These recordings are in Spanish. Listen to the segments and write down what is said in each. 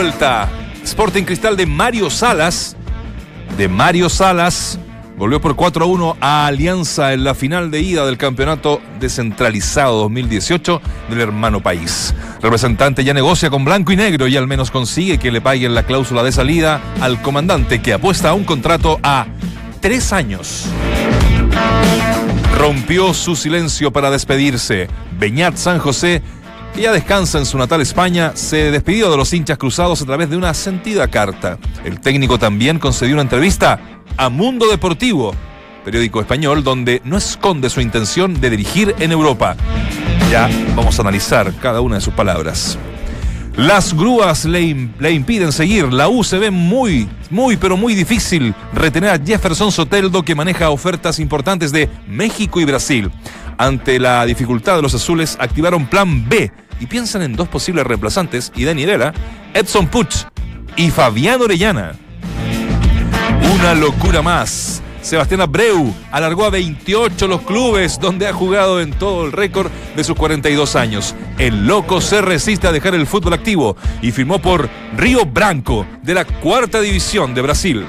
vuelta. Sporting Cristal de Mario Salas. Volvió por 4-1 a Alianza en la final de ida del campeonato descentralizado 2018 del hermano país. Representante ya negocia con blanco y negro y al menos consigue que le paguen la cláusula de salida al comandante, que apuesta a un contrato a 3 años. Rompió su silencio para despedirse. Beñat San José, que ya descansa en su natal España, se despidió de los hinchas cruzados a través de una sentida carta. El técnico también concedió una entrevista a Mundo Deportivo, periódico español, donde no esconde su intención de dirigir en Europa. Ya vamos a analizar cada una de sus palabras. Las grúas le impiden seguir. La U se ve muy difícil retener a Jefferson Soteldo, que maneja ofertas importantes de México y Brasil. Ante la dificultad de los azules, activaron plan B y piensan en 2 posibles reemplazantes, y Daniela, Edson Puch y Fabián Orellana. Una locura más. Sebastián Abreu alargó a 28 los clubes donde ha jugado en todo el récord de sus 42 años. El loco se resiste a dejar el fútbol activo y firmó por Río Branco, de la 4ª división de Brasil.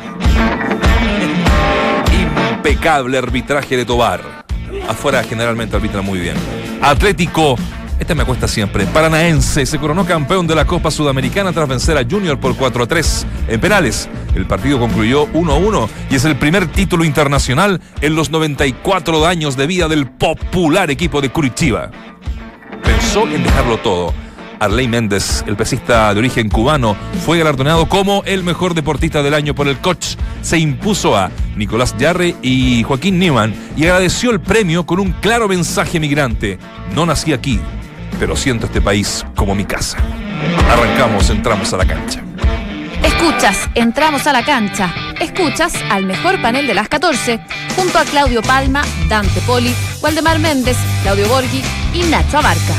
Impecable arbitraje de Tobar. Afuera generalmente arbitra muy bien. Atlético, este me cuesta siempre, Paranaense, se coronó campeón de la Copa Sudamericana tras vencer a Junior por 4-3 en penales. El partido concluyó 1-1 y es el primer título internacional en los 94 años de vida del popular equipo de Curitiba. Pensó en dejarlo todo. Arley Méndez, el pesista de origen cubano, fue galardonado como el mejor deportista del año por el Coach. Se impuso a Nicolás Yarre y Joaquín Neumann y agradeció el premio con un claro mensaje migrante. No nací aquí, pero siento este país como mi casa. Arrancamos, entramos a la cancha. Escuchas, entramos a la cancha. Escuchas al mejor panel de las 14, junto a Claudio Palma, Dante Poli, Waldemar Méndez, Claudio Borghi y Nacho Abarca.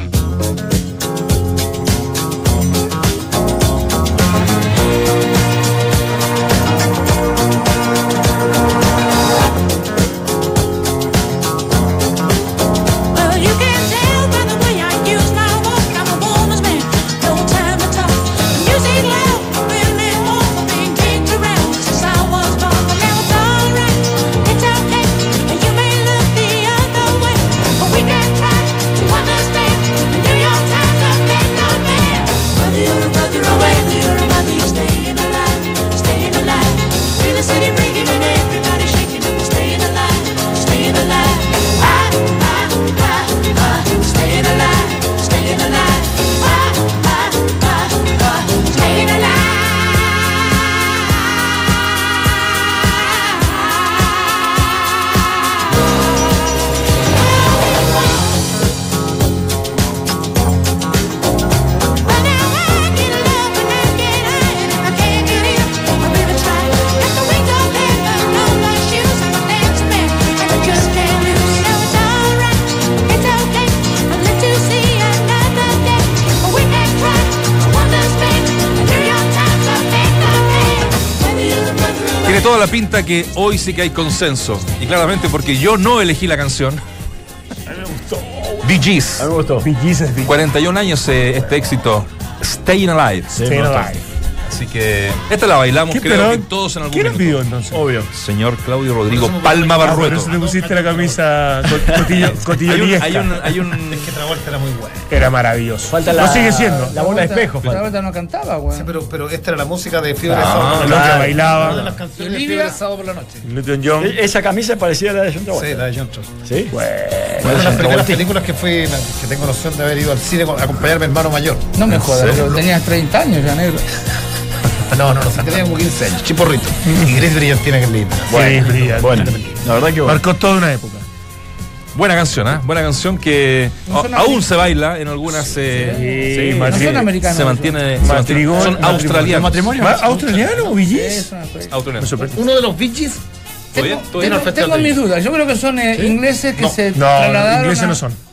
Toda la pinta que hoy sí que hay consenso, y claramente porque yo no elegí la canción. A mí me gustó. Bee Gees. A mí me gustó. Bee Gees es Bee Gees. 41 años este éxito, Staying Alive. Staying Alive. Así que esta la bailamos, creo que todos en algún momento. ¿Quién minuto. pidió entonces? Obvio. Señor Claudio Rodrigo Palma Barrueto. Por eso te pusiste la camisa cotilloniesca. Hay un Es que Travolta era muy buena. Era maravilloso. Falta lo sigue siendo. La bola de espejo. Travolta no cantaba, güey. Sí, pero esta era la música de Fiebre de Sábado por Lo la que noche. bailaba. Una de las canciones de Fiebre de Sábado por la noche. Newton John. Esa camisa parecía la de John Travolta. Sí, la de John Travolta. ¿Sí? Fue una de las primeras películas que tengo noción de haber ido al cine a acompañar a mi hermano mayor. No me jodas, pero tenías 30 años ya, negro. No, tenía como 15 años, chiporrito. Y Gris Brillantina que es linda. Bueno, la verdad que bueno. Marcó toda una época. buena canción, ¿eh? Buena canción que aún se baila en algunas. Sí, no son americanos. Se mantiene. Son australianos. ¿Matrimonio? ¿Australiano o Bee Gees? Uno de los Bee Gees. Tengo mis dudas. Yo creo que son ingleses que se trasladaron. No, ingleses no son.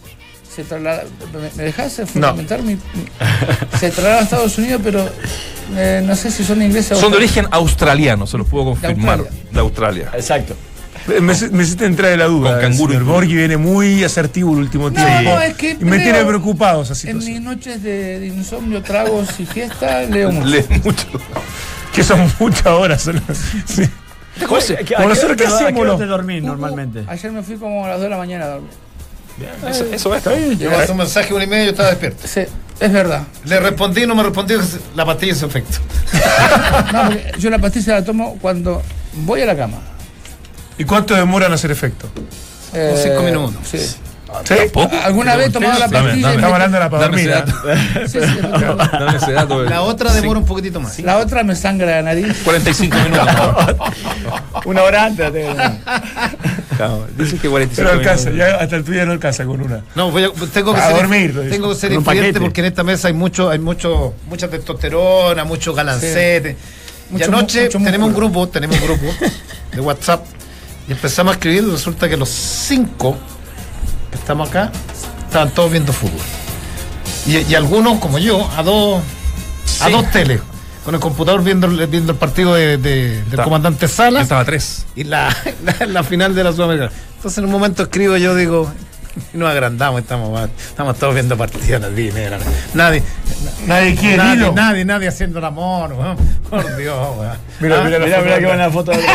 ¿Me dejaste fundamentar se trasladaron a Estados Unidos, pero no sé si son ingleses o son de origen australiano, se los puedo confirmar. De Australia. Exacto. Me hiciste entrar en la duda. Con canguro. El Borghi viene muy asertivo el último tiempo. No, es que y me tiene preocupado esa en situación. mis noches de insomnio, tragos y fiesta, leo mucho. Lee mucho. Que son muchas horas. Sí. Como nosotros, ¿qué hacemos? ¿A qué hora te dormís normalmente? Ayer me fui como a las 2 de la mañana a dormir. Eso está bien. Llegó a hacer un mensaje 1:30 y yo estaba despierto. Sí, es verdad. Le respondí, no me respondió, la pastilla hizo efecto. No, porque yo la pastilla la tomo cuando voy a la cama. ¿Y cuánto demora en hacer efecto? 5 minutos. Sí. ¿Sí? ¿Alguna vez he tomado la pastilla? Estamos hablando de la para Dame ese dormir. dato. Sí, sí, Dame ese dato. La otra demora un poquitito más. la otra me sangra la nariz. 45 minutos. Una hora antes. Dices que 45 Pero alcanza, minutos. ya hasta el tuyo no alcanza con una. No, tengo que A ser, dormir, lo dice. tengo que ser Con un influyente paquete. porque en esta mesa hay mucha testosterona, mucho galancete. Y Mucho anoche mucho tenemos un músculo. grupo de WhatsApp y empezamos a escribir y resulta que los 5 que estamos acá estaban todos viendo fútbol. Y algunos, como yo, a dos teles, con el computador viendo el partido del comandante Yo Salas estaba 3. y la final de la Sudamericana. Entonces en un momento escribo, yo digo, y nos agrandamos, estamos todos viendo partidos. Nadie quiere hilo. nadie haciendo el amor, weón. Por Dios, weón. Mira que buena foto de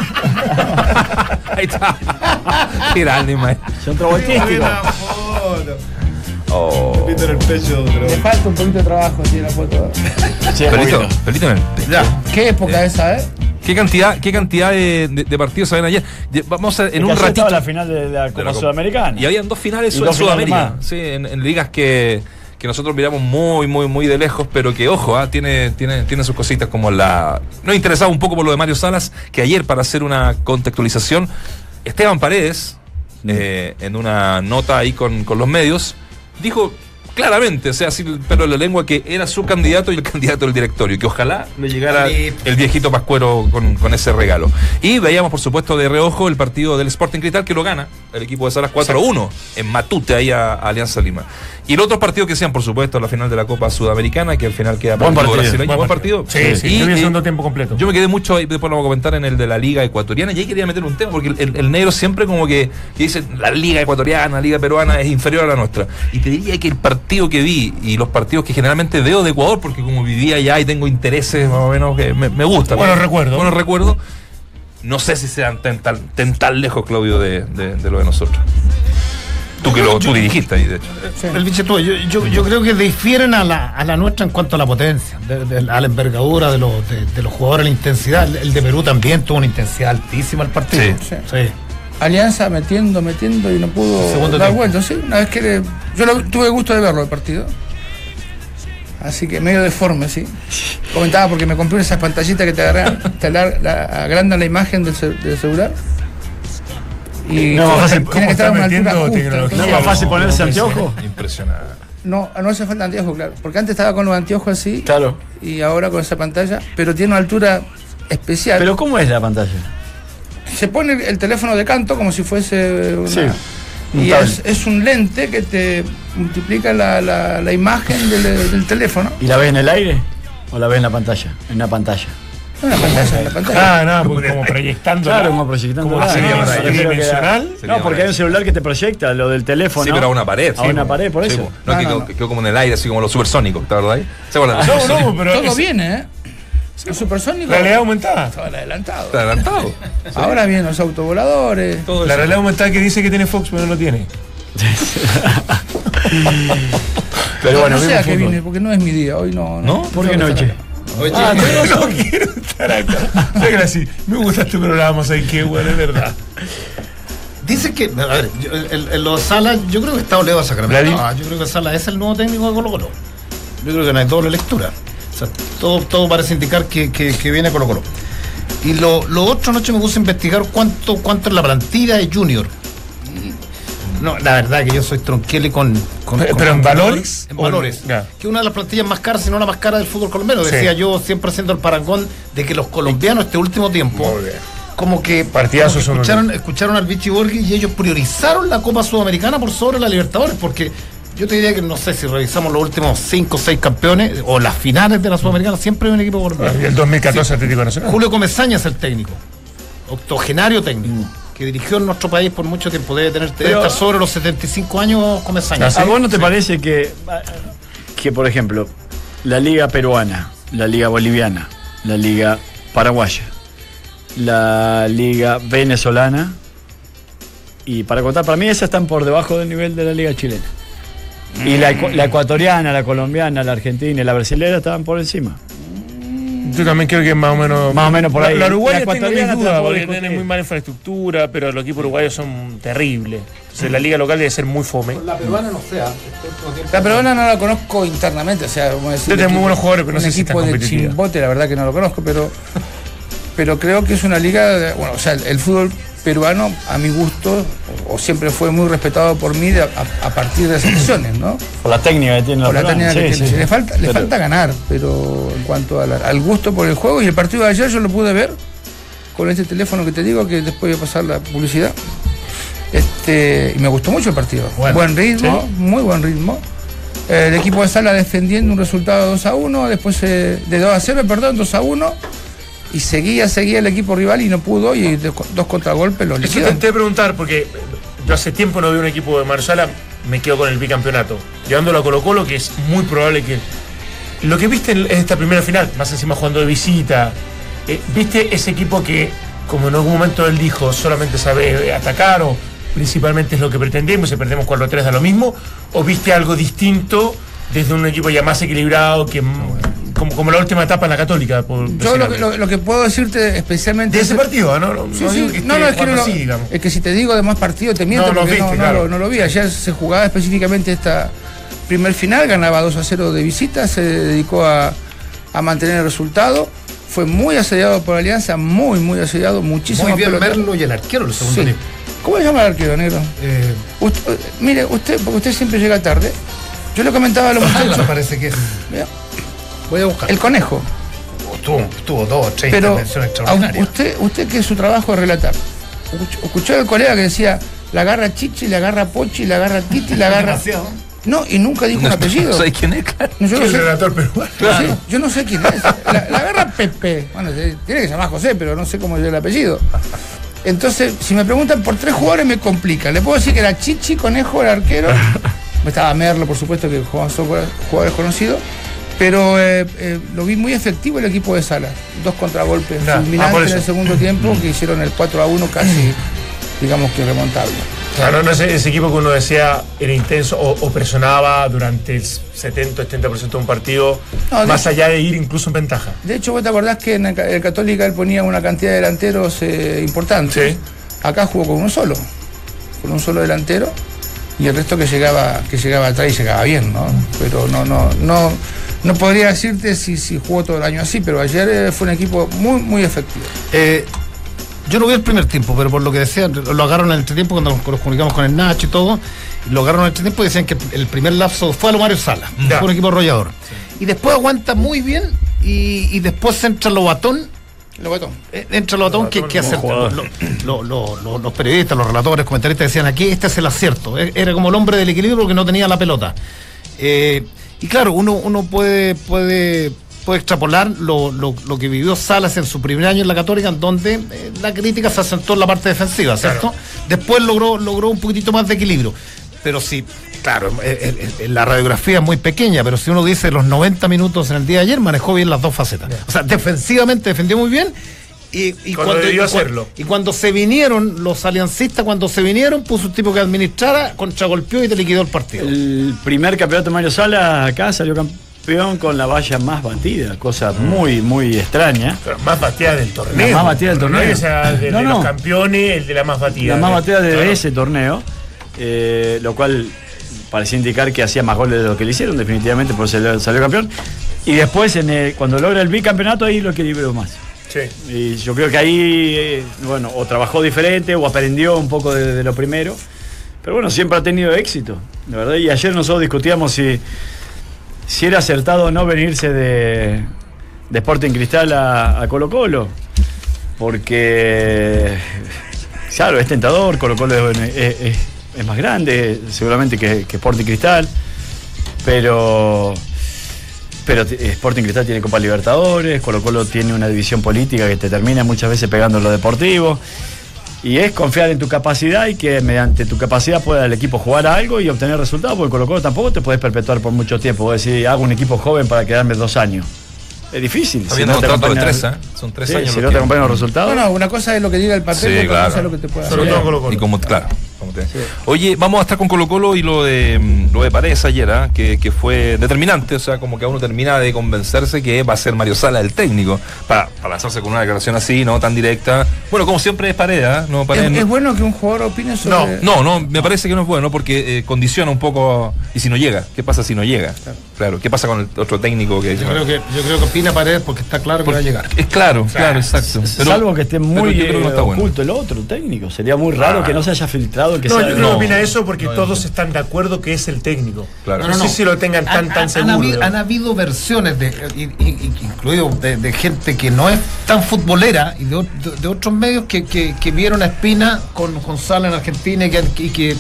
Ahí está. Tira ánima. Son travoltísticos. Buena foto. Oh. Pito en el pecho, Le falta un poquito de trabajo, tiene la foto. Pelito en el pecho. Ya. ¿Qué época esa, ¿Qué cantidad de partidos se ven ayer? Vamos a, en un ratito. Estaba la final de la Copa Sudamericana. Y habían 2 finales Y en 2 finales Sudamérica. más. Sí, en ligas que nosotros miramos muy de lejos, pero que, ojo, tiene sus cositas como la... Nos interesaba un poco por lo de Mario Salas, que ayer, para hacer una contextualización, Esteban Paredes, en una nota ahí con los medios, dijo claramente, o sea, así el pelo en la lengua, que era su candidato y el candidato del directorio, y que ojalá le llegara el viejito Pascuero con ese regalo. Y veíamos, por supuesto, de reojo el partido del Sporting Cristal, que lo gana el equipo de Salas 4-1 en Matute, ahí a Alianza Lima. Y los otros partidos que sean, por supuesto, la final de la Copa Sudamericana, que al final queda Buen partido. brasileño. Buen partido. Sí, Y yo vi el segundo tiempo completo. yo me quedé mucho, ahí después lo vamos a comentar, en el de la Liga Ecuatoriana, y ahí quería meter un tema, porque el negro siempre como que dice la Liga Ecuatoriana, la Liga Peruana es inferior a la nuestra. Y te diría que el partido que vi, y los partidos que generalmente veo de Ecuador, porque como vivía allá y tengo intereses más o menos que me gustan. Buenos recuerdos. No sé si sean tan lejos, Claudio, de lo de nosotros. Tú dirigiste ahí, de hecho. El bicho tú, yo creo que difieren a la nuestra en cuanto a la potencia, a la envergadura de los jugadores, la intensidad. El de Perú también tuvo una intensidad altísima el partido. Sí. Sí. Alianza metiendo y no pudo Segundo dar tiempo. vuelta, sí. Una vez que tuve el gusto de verlo el partido. Así que medio deforme, sí. Comentaba porque me compré esas pantallitas que te agrandan la imagen del celular. Y No, tiene ¿cómo que estar a una está altura metiendo justa. tecnología? ¿No es Entonces, más fácil ponerse anteojo? Impresionante. no hace falta anteojos, claro. Porque antes estaba con los anteojos así. Claro. Y ahora con esa pantalla. Pero tiene una altura especial. Pero ¿cómo es la pantalla? Se pone el teléfono de canto como si fuese una... Sí. Y es un lente que te multiplica la imagen del teléfono. ¿Y la ves en el aire? ¿O la ves en la pantalla? En una pantalla. En la pantalla. No, porque como proyectando. Claro, como proyectando. ¿Cómo sería No, para me refiero que tridimensional? No, porque hay un celular que te proyecta lo del teléfono. Sí, pero a una pared. A una pared, por Sí, eso. No, que No. quedó como en el aire, así como los supersónicos, ¿te acuerdas ahí? ¿Se acuerdan? No, pero Todo es viene, ¿eh? El supersónico realidad aumentada. estaba adelantado. Está adelantado. Ahora vienen los autovoladores. Todo La eso. realidad aumentada que dice que tiene Fox, pero no lo tiene. Pero bueno, no sé vimos a qué fútbol. vine, porque no es mi día. Hoy no. ¿No? ¿Por qué noche? Oye, No quiero estar acá. Sé que así, me gusta este programa, ¿sabes qué, bueno, es verdad. dice que, a ver, en los Salas, yo creo que está oleado a Sacramento. No, yo creo que Salas es el nuevo técnico de Colo-Colo. Yo creo que no hay doble lectura. O sea, todo parece indicar que viene Colo-Colo. Y lo otro, anoche me puse a investigar cuánto es la plantilla de Junior. No, la verdad que yo soy tronquele con ¿Pero en valores? En valores. Ya. Que una de las plantillas más caras, si no la más cara del fútbol colombiano. Sí. Decía yo, siempre haciendo el parangón de que los colombianos este último tiempo, Muy bien. como que Partidazos son escucharon al Vichy Borghi y ellos priorizaron la Copa Sudamericana por sobre la Libertadores, porque yo te diría que, no sé, si revisamos los últimos 5 o 6 campeones o las finales de la Sudamericana, siempre hay un equipo colombiano. Y el 2014 Atlético Nacional. Julio Comesaña es el técnico, octogenario técnico. que dirigió en nuestro país por mucho tiempo. Debe Pero- estar sobre los 75 años Comesaña. ¿A vos no te parece que, por ejemplo, la liga peruana, la liga boliviana, la liga paraguaya, la liga venezolana, y para contar, para mí esas están por debajo del nivel de la liga chilena? Y la ecuatoriana, la colombiana, la argentina y la brasileña estaban por encima. Yo también creo que más o menos por ahí. La uruguaya La tengo mis ecuatoriana te la dudas puedo porque discutir. tiene muy mala infraestructura, pero los equipos uruguayos son terribles. Entonces la liga local debe ser muy fome. La peruana no sea. La peruana no la conozco internamente, o sea, como decir, Tiene muy buenos jugadores, pero no sé si equipo está de competitiva. Chimbote, la verdad que no lo conozco, pero creo que es una liga, bueno, o sea, el fútbol peruano, a mi gusto, o siempre fue muy respetado por mí a partir de las elecciones, ¿no? Por la técnica que tiene Por la técnica que sí, tiene. sí. Le falta ganar, pero en cuanto al gusto por el juego, y el partido de ayer yo lo pude ver con este teléfono que te digo, que después voy a pasar la publicidad. Y me gustó mucho el partido. Bueno, buen ritmo, muy buen ritmo. El equipo de Sala defendiendo un resultado 2-1, después de 2-0, perdón, 2-1. Y seguía el equipo rival y no pudo, y dos contragolpes los Eso liquidó. intenté preguntar porque yo hace tiempo no veo un equipo de Marsala, me quedo con el bicampeonato. Llevándolo a Colo-Colo, que es muy probable que. Lo que viste en esta primera final, más encima jugando de visita, ¿viste ese equipo que, como en algún momento él dijo, solamente sabe atacar o principalmente es lo que pretendemos, si perdemos 4-3 da lo mismo? ¿O viste algo distinto desde un equipo ya más equilibrado, que como la última etapa en la Católica? Yo lo que puedo decirte especialmente... De ese partido, ¿no? Sí, No sí, digo que no, es que jugando no, así, digamos. es que si te digo de más partidos te miento, No lo porque viste, claro. no lo vi. Ayer se jugaba específicamente esta primer final, ganaba 2-0 de visita, se dedicó a mantener el resultado. Fue muy asediado por Alianza, muy asediado, muchísimo. Muy bien Merlo y el arquero el segundo Sí. tiempo. ¿Cómo se llama el arquero, negro? Mire, usted, porque usted siempre llega tarde. Yo le comentaba a los Me muchachos. parece que es. Mira, Voy a buscar. el conejo. Tuvo 2 o 3 Pero intervenciones extraordinarias. usted que su trabajo es relatar, escuchó al colega que decía, la agarra Chichi, la agarra Pochi, la agarra Titi, la agarra... Demasiado. No, y nunca dijo un apellido. ¿Sabes quién es? Claro. No, yo no El sé. relator peruano. Sí, yo no sé quién es. La agarra Pepe. Bueno, tiene que llamar José, pero no sé cómo es el apellido. Entonces, si me preguntan por 3 jugadores, me complica. Le puedo decir que era Chichi, Conejo, el arquero. Estaba Merlo, por supuesto, que son jugadores conocidos. Pero lo vi muy efectivo el equipo de Sala. 2 contragolpes por fulminantes eso. en el segundo tiempo que hicieron el 4-1 casi, digamos que remontable. Claro, no ese equipo que uno decía era intenso o presionaba durante el 70-80% de un partido, No, más allá de ir incluso en ventaja. De hecho, vos te acordás que en el Católica él ponía una cantidad de delanteros importantes. Sí. Acá jugó con un solo delantero, y el resto que llegaba atrás y llegaba bien, ¿no? Pero no podría decirte si jugó todo el año así, pero ayer fue un equipo muy efectivo. Yo no vi el primer tiempo, pero por lo que decían, lo agarraron en el entretiempo cuando nos comunicamos con el Nacho y todo, y lo agarraron en el entretiempo y decían que el primer lapso fue a lo Mario Sala, Ya. fue un equipo arrollador. Y después aguanta muy bien y después entra Lobatón. Entra Lobatón que acerta. Los periodistas, los relatores, comentaristas decían aquí, este es el acierto. Era como el hombre del equilibrio porque no tenía la pelota. Y claro, uno puede extrapolar lo que vivió Salas en su primer año en la Católica, en donde la crítica se asentó en la parte defensiva, ¿cierto? Claro. Después logró un poquitito más de equilibrio. Pero sí, claro, la radiografía es muy pequeña, pero si uno dice los 90 minutos en el día de ayer, manejó bien las dos facetas. O sea, defensivamente defendió muy bien. Y Cuando debió hacerlo. Y cuando se vinieron los aliancistas, puso un tipo que administrara, contragolpeó y te liquidó el partido. El primer campeonato de Mario Sala acá salió campeón con la valla más batida, cosa muy extraña. Pero más batida del torneo. La más batida del torneo. No, o sea, de No. los campeones, el de la más batida. La más batida de Claro. ese torneo, lo cual parecía indicar que hacía más goles de lo que le hicieron, definitivamente, por eso salió campeón. Y después, cuando logra el bicampeonato, ahí lo equilibró más. Sí. Y yo creo que ahí, o trabajó diferente o aprendió un poco de lo primero. Pero bueno, siempre ha tenido éxito, la verdad. Y ayer nosotros discutíamos si era acertado o no venirse de Sporting Cristal a Colo-Colo. Porque, claro, es tentador. Colo-Colo es más grande, seguramente, que Sporting Cristal. Pero Sporting Cristal tiene Copa Libertadores, Colo-Colo tiene una división política que te termina muchas veces pegando en lo deportivo. Y es confiar en tu capacidad y que mediante tu capacidad pueda el equipo jugar a algo y obtener resultados, porque Colo-Colo tampoco te puedes perpetuar por mucho tiempo. Vos decís, hago un equipo joven para quedarme 2 años. Es difícil. Está viendo un contrato de 3, ¿eh? Son 3 años. Si no te acompañan los resultados. No, una cosa es lo que diga el papel, Sí, otra claro. cosa es lo que te puede Sobre hacer. todo Colo-Colo. Y como, claro. Oye, vamos a estar con Colo-Colo y lo de Paredes ayer, que fue determinante, o sea, como que a uno termina de convencerse que va a ser Mario Sala el técnico, para lanzarse con una declaración así, no tan directa. Bueno, como siempre es Paredes, ¿no? Paredes, ¿Es bueno que un jugador opine sobre...? No, me parece que no es bueno porque condiciona un poco. ¿Y si no llega? ¿Qué pasa si no llega? Claro, ¿qué pasa con el otro técnico que Yo creo que opina Paredes porque está claro que va a llegar. Es claro, exacto. Salvo que esté muy yo creo que no está bueno. oculto el otro técnico. Sería muy raro que no se haya filtrado el que No, sea. yo creo que opina eso porque todos están de acuerdo que es el técnico. Claro. No sé si lo tengan tan seguro. Han habido versiones, incluido de gente que no es tan futbolera y de otros medios que vieron a Espina con Sala en Argentina y que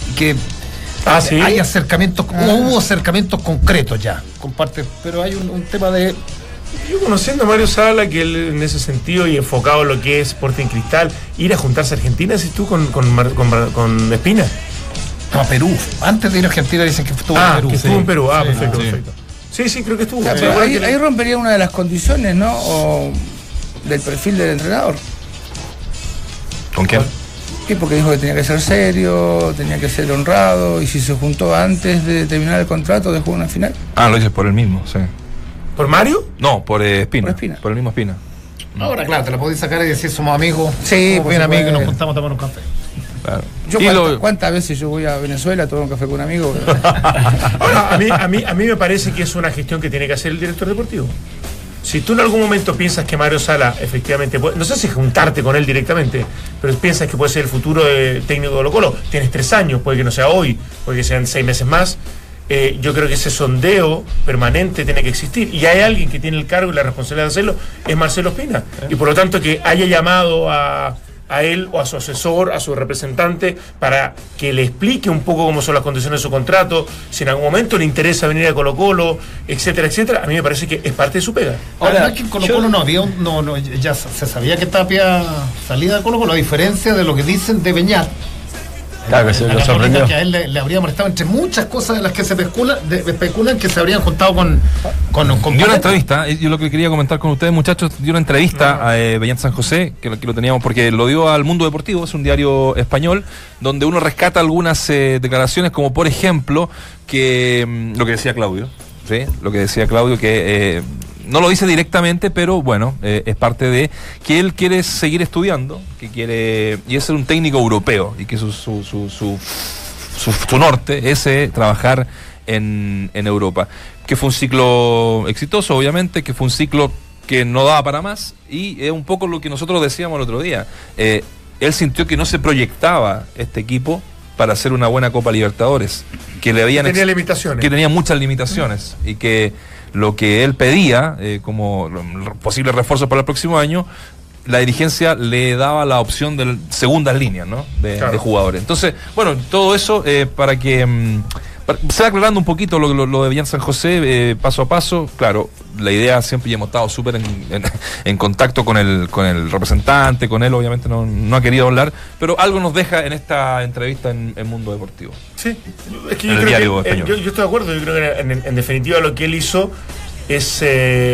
¿sí? hay acercamientos, hubo acercamientos concretos ya, pero hay un tema de... Yo conociendo a Mario Sala, que él en ese sentido y enfocado en lo que es Sporting Cristal, ir a juntarse a Argentina, ¿sí tú con Espina? No, a Perú. Antes de ir a Argentina dicen que estuvo en Perú. Que estuvo en Perú. Perfecto, sí. perfecto. Sí, creo que estuvo. Claro, Sí, pero bueno, ahí rompería una de las condiciones, ¿no? O del perfil del entrenador. ¿Con quién? Sí, porque dijo que tenía que ser serio, tenía que ser honrado, y si se juntó antes de terminar el contrato, dejó una final. Lo dices por el mismo, sí. ¿Por Mario? No, por Espina. Por Espina. Por el mismo Espina. Ahora, claro, te la podés sacar y decir somos amigos. Sí, somos por bien amigos y nos supuesto. juntamos a tomar un café. Claro. Yo ¿cuántas veces yo voy a Venezuela a tomar un café con un amigo? Ahora, a mí me parece que es una gestión que tiene que hacer el director deportivo. Si tú en algún momento piensas que Mario Sala efectivamente puede, no sé si juntarte con él directamente, pero piensas que puede ser el futuro técnico de Colo-Colo, tienes 3 años, puede que no sea hoy, puede que sean 6 meses más. Yo creo que ese sondeo permanente tiene que existir y hay alguien que tiene el cargo y la responsabilidad de hacerlo, es Marcelo Espina, y por lo tanto que haya llamado a él o a su asesor, a su representante, para que le explique un poco cómo son las condiciones de su contrato, si en algún momento le interesa venir a Colo-Colo, etcétera, etcétera. A mí me parece que es parte de su pega. Ahora, es que en Colo-Colo ya se sabía que Tapia salía de Colo-Colo, a diferencia de lo que dicen de Beñat. Claro que se lo sorprendió. Que a él le habría molestado entre muchas cosas de las que se especulan que se habrían juntado con dio una entrevista, yo lo que quería comentar con ustedes, muchachos, dio una entrevista a Beñat San José, que lo teníamos porque lo dio al Mundo Deportivo, es un diario español, donde uno rescata algunas declaraciones, como por ejemplo, que lo que decía Claudio, ¿sí? Lo que decía Claudio, que no lo dice directamente, pero bueno, es parte de que él quiere seguir estudiando, que quiere, y es un técnico europeo, y que su norte es trabajar en Europa. Que fue un ciclo exitoso, obviamente, que fue un ciclo que no daba para más, y es un poco lo que nosotros decíamos el otro día. Él sintió que no se proyectaba este equipo para hacer una buena Copa Libertadores, que le habían tenía limitaciones, que tenía muchas limitaciones, y que lo que él pedía como posible refuerzo para el próximo año, la dirigencia le daba la opción de segundas líneas, ¿no? de jugadores. Entonces, bueno, todo eso para que se va aclarando un poquito lo de Beñat San José, paso a paso. Claro, la idea siempre, y hemos estado súper en contacto con el representante, con él obviamente no ha querido hablar, pero algo nos deja en esta entrevista en Mundo Deportivo. Sí, es que en el diario español. Yo estoy de acuerdo, yo creo que en definitiva lo que él hizo es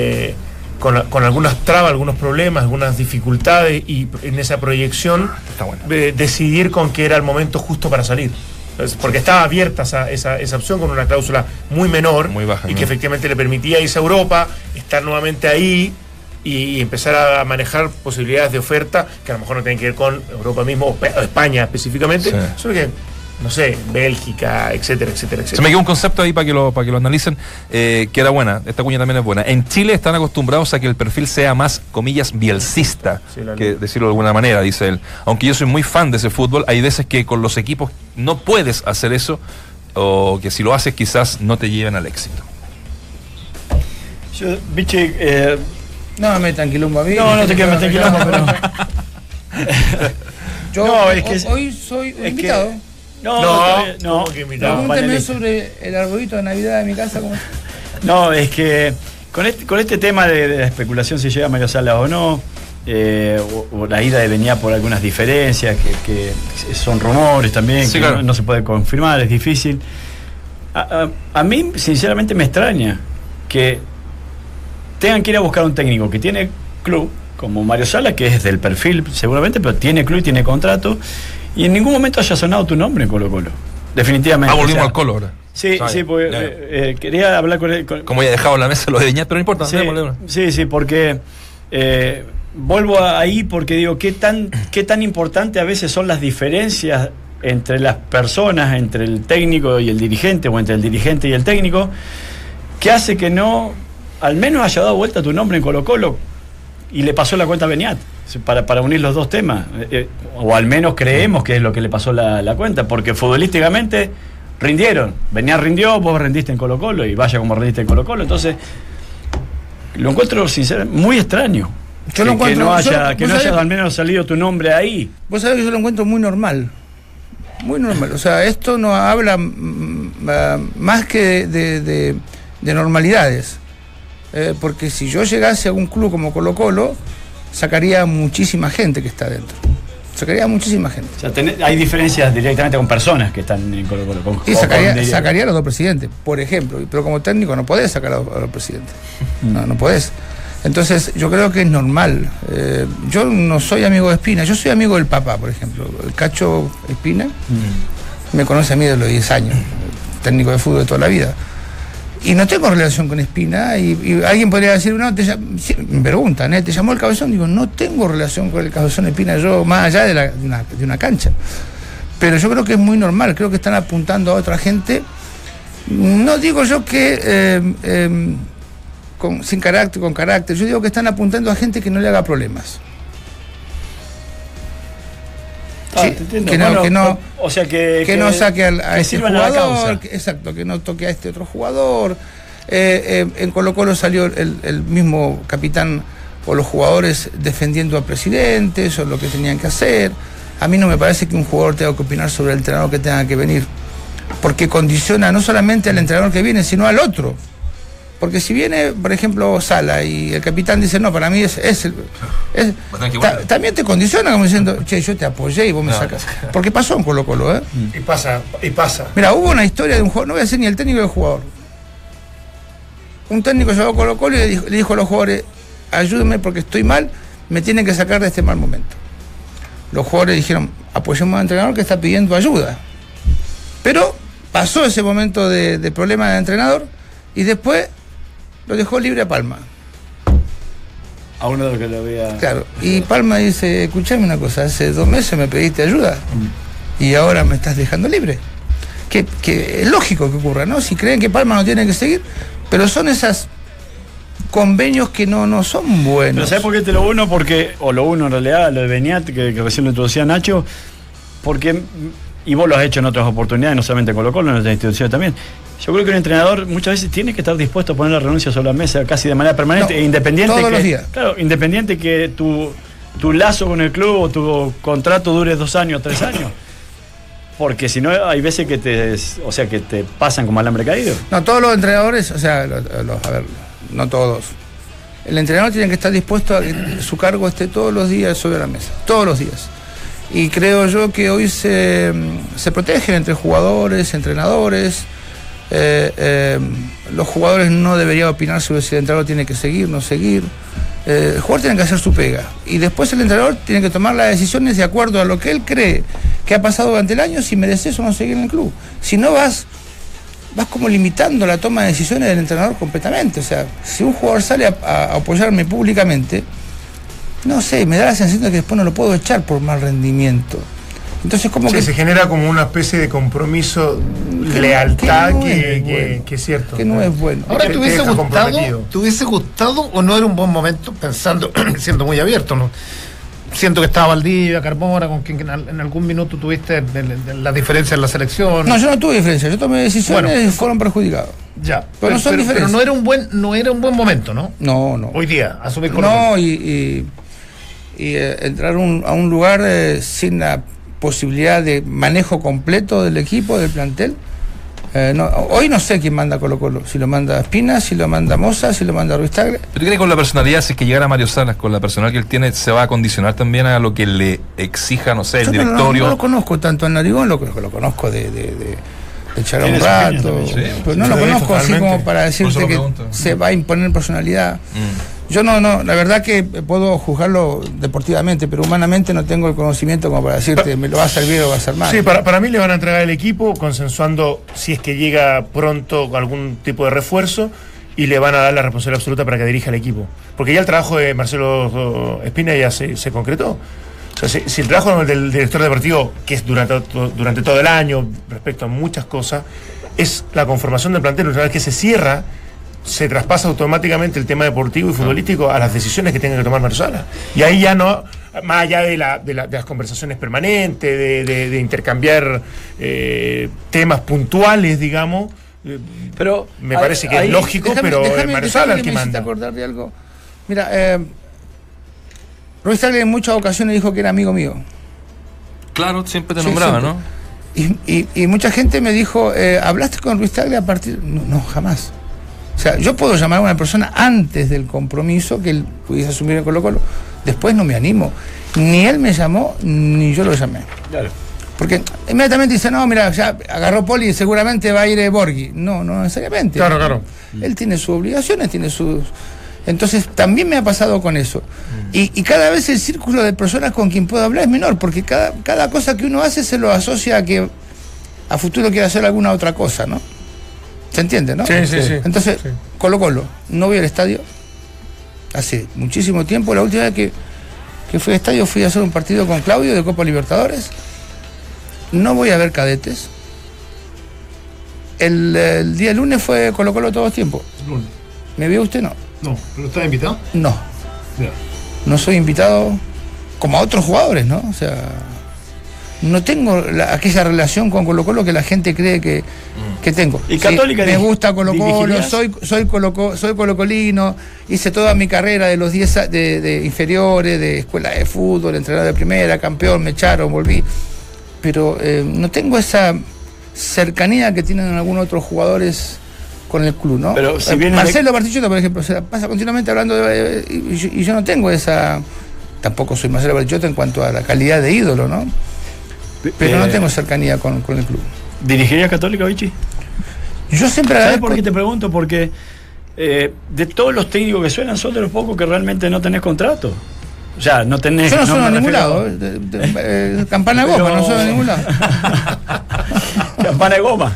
con algunas trabas, algunos problemas, algunas dificultades, y en esa proyección decidir con que era el momento justo para salir. Porque estaba abierta esa opción con una cláusula muy menor, muy baja, y que efectivamente le permitía irse a Europa, estar nuevamente ahí y empezar a manejar posibilidades de oferta que a lo mejor no tienen que ver con Europa mismo o España específicamente, solo que, no sé, Bélgica, etcétera, etcétera, etcétera. Se me quedó un concepto ahí para que lo analicen, que era buena, esta cuña también es buena. En Chile están acostumbrados a que el perfil sea más, comillas, bielcista, que decirlo de alguna manera, dice él. Aunque yo soy muy fan de ese fútbol, hay veces que con los equipos no puedes hacer eso, o que si lo haces quizás no te lleven al éxito. Yo, Vichy, no me tranquilumbo a mí. No te quiero meter quilombo, pero yo hoy soy invitado. No, Pregúnteme sobre el arbolito de Navidad de mi casa. No, es que con este tema de la especulación si llega Mario Sala o no, o la ida de Beñat por algunas diferencias, que son rumores también, sí, que claro. no se puede confirmar, es difícil. A mí, sinceramente, me extraña que tengan que ir a buscar un técnico que tiene club, como Mario Sala, que es del perfil seguramente, pero tiene club y tiene contrato, y en ningún momento haya sonado tu nombre en Colo-Colo. Definitivamente. Volvimos al Colo ahora. Sí, Sabe, sí, porque quería hablar con él. Como ya he dejado en la mesa lo de Beñat, pero no importa. Sí, démosle. sí, porque vuelvo ahí porque digo, qué tan importante a veces son las diferencias entre las personas, entre el técnico y el dirigente, o entre el dirigente y el técnico, que hace que no, al menos haya dado vuelta tu nombre en Colo-Colo y le pasó la cuenta a Beñat, para unir los dos temas, o al menos creemos que es lo que le pasó la cuenta, porque futbolísticamente rindieron, Beñat rindió, vos rendiste en Colo-Colo y vaya como rendiste en Colo-Colo, entonces lo encuentro sinceramente muy extraño. Yo lo encuentro, que no haya ¿vos sabés? al menos salido tu nombre ahí. Vos sabés que yo lo encuentro muy normal. Muy normal. O sea, esto no habla más que de normalidades. Porque si yo llegase a un club como Colo-Colo, sacaría muchísima gente que está adentro. Sacaría muchísima gente. O sea, hay diferencias directamente con personas que están en Colo-Colo. Y sacaría a los dos presidentes, por ejemplo. Pero como técnico no podés sacar a los presidentes. No podés. Entonces, yo creo que es normal. Yo no soy amigo de Espina, yo soy amigo del papá, por ejemplo. El Cacho Espina me conoce a mí desde los 10 años, técnico de fútbol de toda la vida. Y no tengo relación con Espina, y alguien podría decir, no, me preguntan, ¿te llamó el Cabezón? Digo, no tengo relación con el Cabezón Espina, yo más allá de una cancha. Pero yo creo que es muy normal, creo que están apuntando a otra gente. No digo yo que... sin carácter, con carácter. Yo digo que están apuntando a gente que no le haga problemas. Sí, o sea que no saque a este jugador, exacto, que no toque a este otro jugador. En Colo-Colo salió el mismo capitán o los jugadores defendiendo al presidente, eso es lo que tenían que hacer. A mí no me parece que un jugador tenga que opinar sobre el entrenador que tenga que venir, porque condiciona no solamente al entrenador que viene, sino al otro. Porque si viene, por ejemplo, Sala y el capitán dice, no, para mí también te condiciona como diciendo, che, yo te apoyé y vos me sacas. Porque pasó en Colo-Colo, ¿eh? Y pasa. Mira, hubo una historia de un jugador, no voy a decir ni el técnico del jugador. Un técnico llegó a Colo-Colo y le dijo a los jugadores, ayúdenme porque estoy mal, me tienen que sacar de este mal momento. Los jugadores dijeron, apoyemos al entrenador que está pidiendo ayuda. Pero pasó ese momento de problema del entrenador y después lo dejó libre a Palma. A uno de los que lo había... Claro, y Palma dice, escuchame una cosa, hace 2 meses me pediste ayuda y ahora me estás dejando libre. Que es lógico que ocurra, ¿no? Si creen que Palma no tiene que seguir, pero son esos convenios que no son buenos. Pero ¿sabes por qué te lo uno? O lo uno en realidad, lo de Beñat, que recién lo introducía Nacho, porque, y vos lo has hecho en otras oportunidades, no solamente en Colo-Colo, en otras instituciones también. Yo creo que un entrenador muchas veces tiene que estar dispuesto a poner la renuncia sobre la mesa casi de manera permanente e independiente. Todos los días. Claro, independiente que tu lazo con el club o tu contrato dure 2 años, 3 años. Porque si no, hay veces que te pasan como alambre caído. No, todos los entrenadores, o sea, a ver, no todos. El entrenador tiene que estar dispuesto a que su cargo esté todos los días sobre la mesa, todos los días. Y creo yo que hoy se protegen entre jugadores, entrenadores. Los jugadores no deberían opinar sobre si el entrenador tiene que seguir, no seguir. El jugador tiene que hacer su pega y después el entrenador tiene que tomar las decisiones de acuerdo a lo que él cree que ha pasado durante el año, si mereces o no seguir en el club. Si no, vas como limitando la toma de decisiones del entrenador completamente. O sea, si un jugador sale a apoyarme públicamente, no sé, me da la sensación de que después no lo puedo echar por mal rendimiento. Entonces, como que se genera como una especie de compromiso, lealtad que es cierto. Que no es bueno. Ahora, ¿te hubiese gustado o no era un buen momento, pensando, siendo muy abierto, ¿no? Siento que estaba Valdivia, Carmona, con quien en algún minuto tuviste las diferencias en la selección. No, yo no tuve diferencias, yo tomé decisiones y fueron perjudicados. Ya, pero no son diferentes. Pero no era un buen momento, ¿no? No. Hoy día, asumir con y entrar a un lugar sin la posibilidad de manejo completo del equipo, del plantel, Hoy no sé quién manda Colo-Colo, si lo manda Espina, si lo manda Moza, si lo manda Ruiz Tagle. ¿Pero cree que con la personalidad, si es que llegara Mario Salas, con la personalidad que él tiene, se va a condicionar también a lo que le exija, no sé, el directorio? No lo conozco tanto a Narigón, lo conozco de echar un rato, sí, pero no lo conozco así como para decirte que se va a imponer personalidad. Yo no, la verdad que puedo juzgarlo deportivamente, pero humanamente no tengo el conocimiento como para decirte me lo va a hacer bien o va a hacer mal. Sí, para mí le van a entregar el equipo consensuando si es que llega pronto algún tipo de refuerzo y le van a dar la responsabilidad absoluta para que dirija el equipo. Porque ya el trabajo de Marcelo Espina ya se concretó. O sea, si el trabajo del director deportivo, que es durante todo el año, respecto a muchas cosas, es la conformación del plantel, una vez que se cierra, se traspasa automáticamente el tema deportivo y futbolístico a las decisiones que tenga que tomar Marsala. Y ahí ya no, más allá de las conversaciones permanentes, de intercambiar temas puntuales, puntuales, pero me parece que es lógico, pero Marsala es el que manda. Acordar de algo. Mira, Ruiz Tagle en muchas ocasiones dijo que era amigo mío. Claro, siempre te nombraba, siempre. ¿No? Y mucha gente me dijo, ¿hablaste con Ruiz Tagle a partir...? No, jamás. O sea, yo puedo llamar a una persona antes del compromiso que él pudiese asumir en Colo-Colo. Después no me animo. Ni él me llamó, ni yo lo llamé. Claro. Porque inmediatamente dice, no, mira, ya agarró Poli y seguramente va a ir Borghi. No necesariamente. Claro. Él tiene sus obligaciones, tiene sus... Entonces, también me ha pasado con eso. Y cada vez el círculo de personas con quien puedo hablar es menor, porque cada cosa que uno hace se lo asocia a que a futuro quiere hacer alguna otra cosa, ¿no? ¿Se entiende, no? Sí. Entonces, sí. Colo-Colo, no voy al estadio hace muchísimo tiempo. La última vez que fui al estadio fui a hacer un partido con Claudio de Copa Libertadores. No voy a ver cadetes. El día lunes fue Colo-Colo todos los tiempos. Lunes. ¿Me vio usted? No. No, ¿pero estás invitado? No. Yeah. No soy invitado como a otros jugadores, ¿no? O sea, no tengo aquella relación con Colo-Colo que la gente cree que tengo. ¿Y Católica? Sí, me gusta Colo-Colo, soy colocolino, hice toda mi carrera de los 10 de inferiores, de escuela de fútbol, entrenador de primera, campeón, me echaron, volví. Pero no tengo esa cercanía que tienen algunos otros jugadores con el club, ¿no? Pero si Marcelo Bartichotto, por ejemplo, se la pasa continuamente hablando y yo no tengo esa... Tampoco soy Marcelo Bartichotto en cuanto a la calidad de ídolo, ¿no? Pero no tengo cercanía con el club. ¿Dirigirías Católica, Vichy? Yo siempre ¿Sabes agradezco... por qué te pregunto? Porque de todos los técnicos que suenan, son de los pocos que realmente no tenés contrato. O sea, no tenés... Yo no sueno a ningún lado. Campana de goma, no sueno a ningún lado. Campana de goma.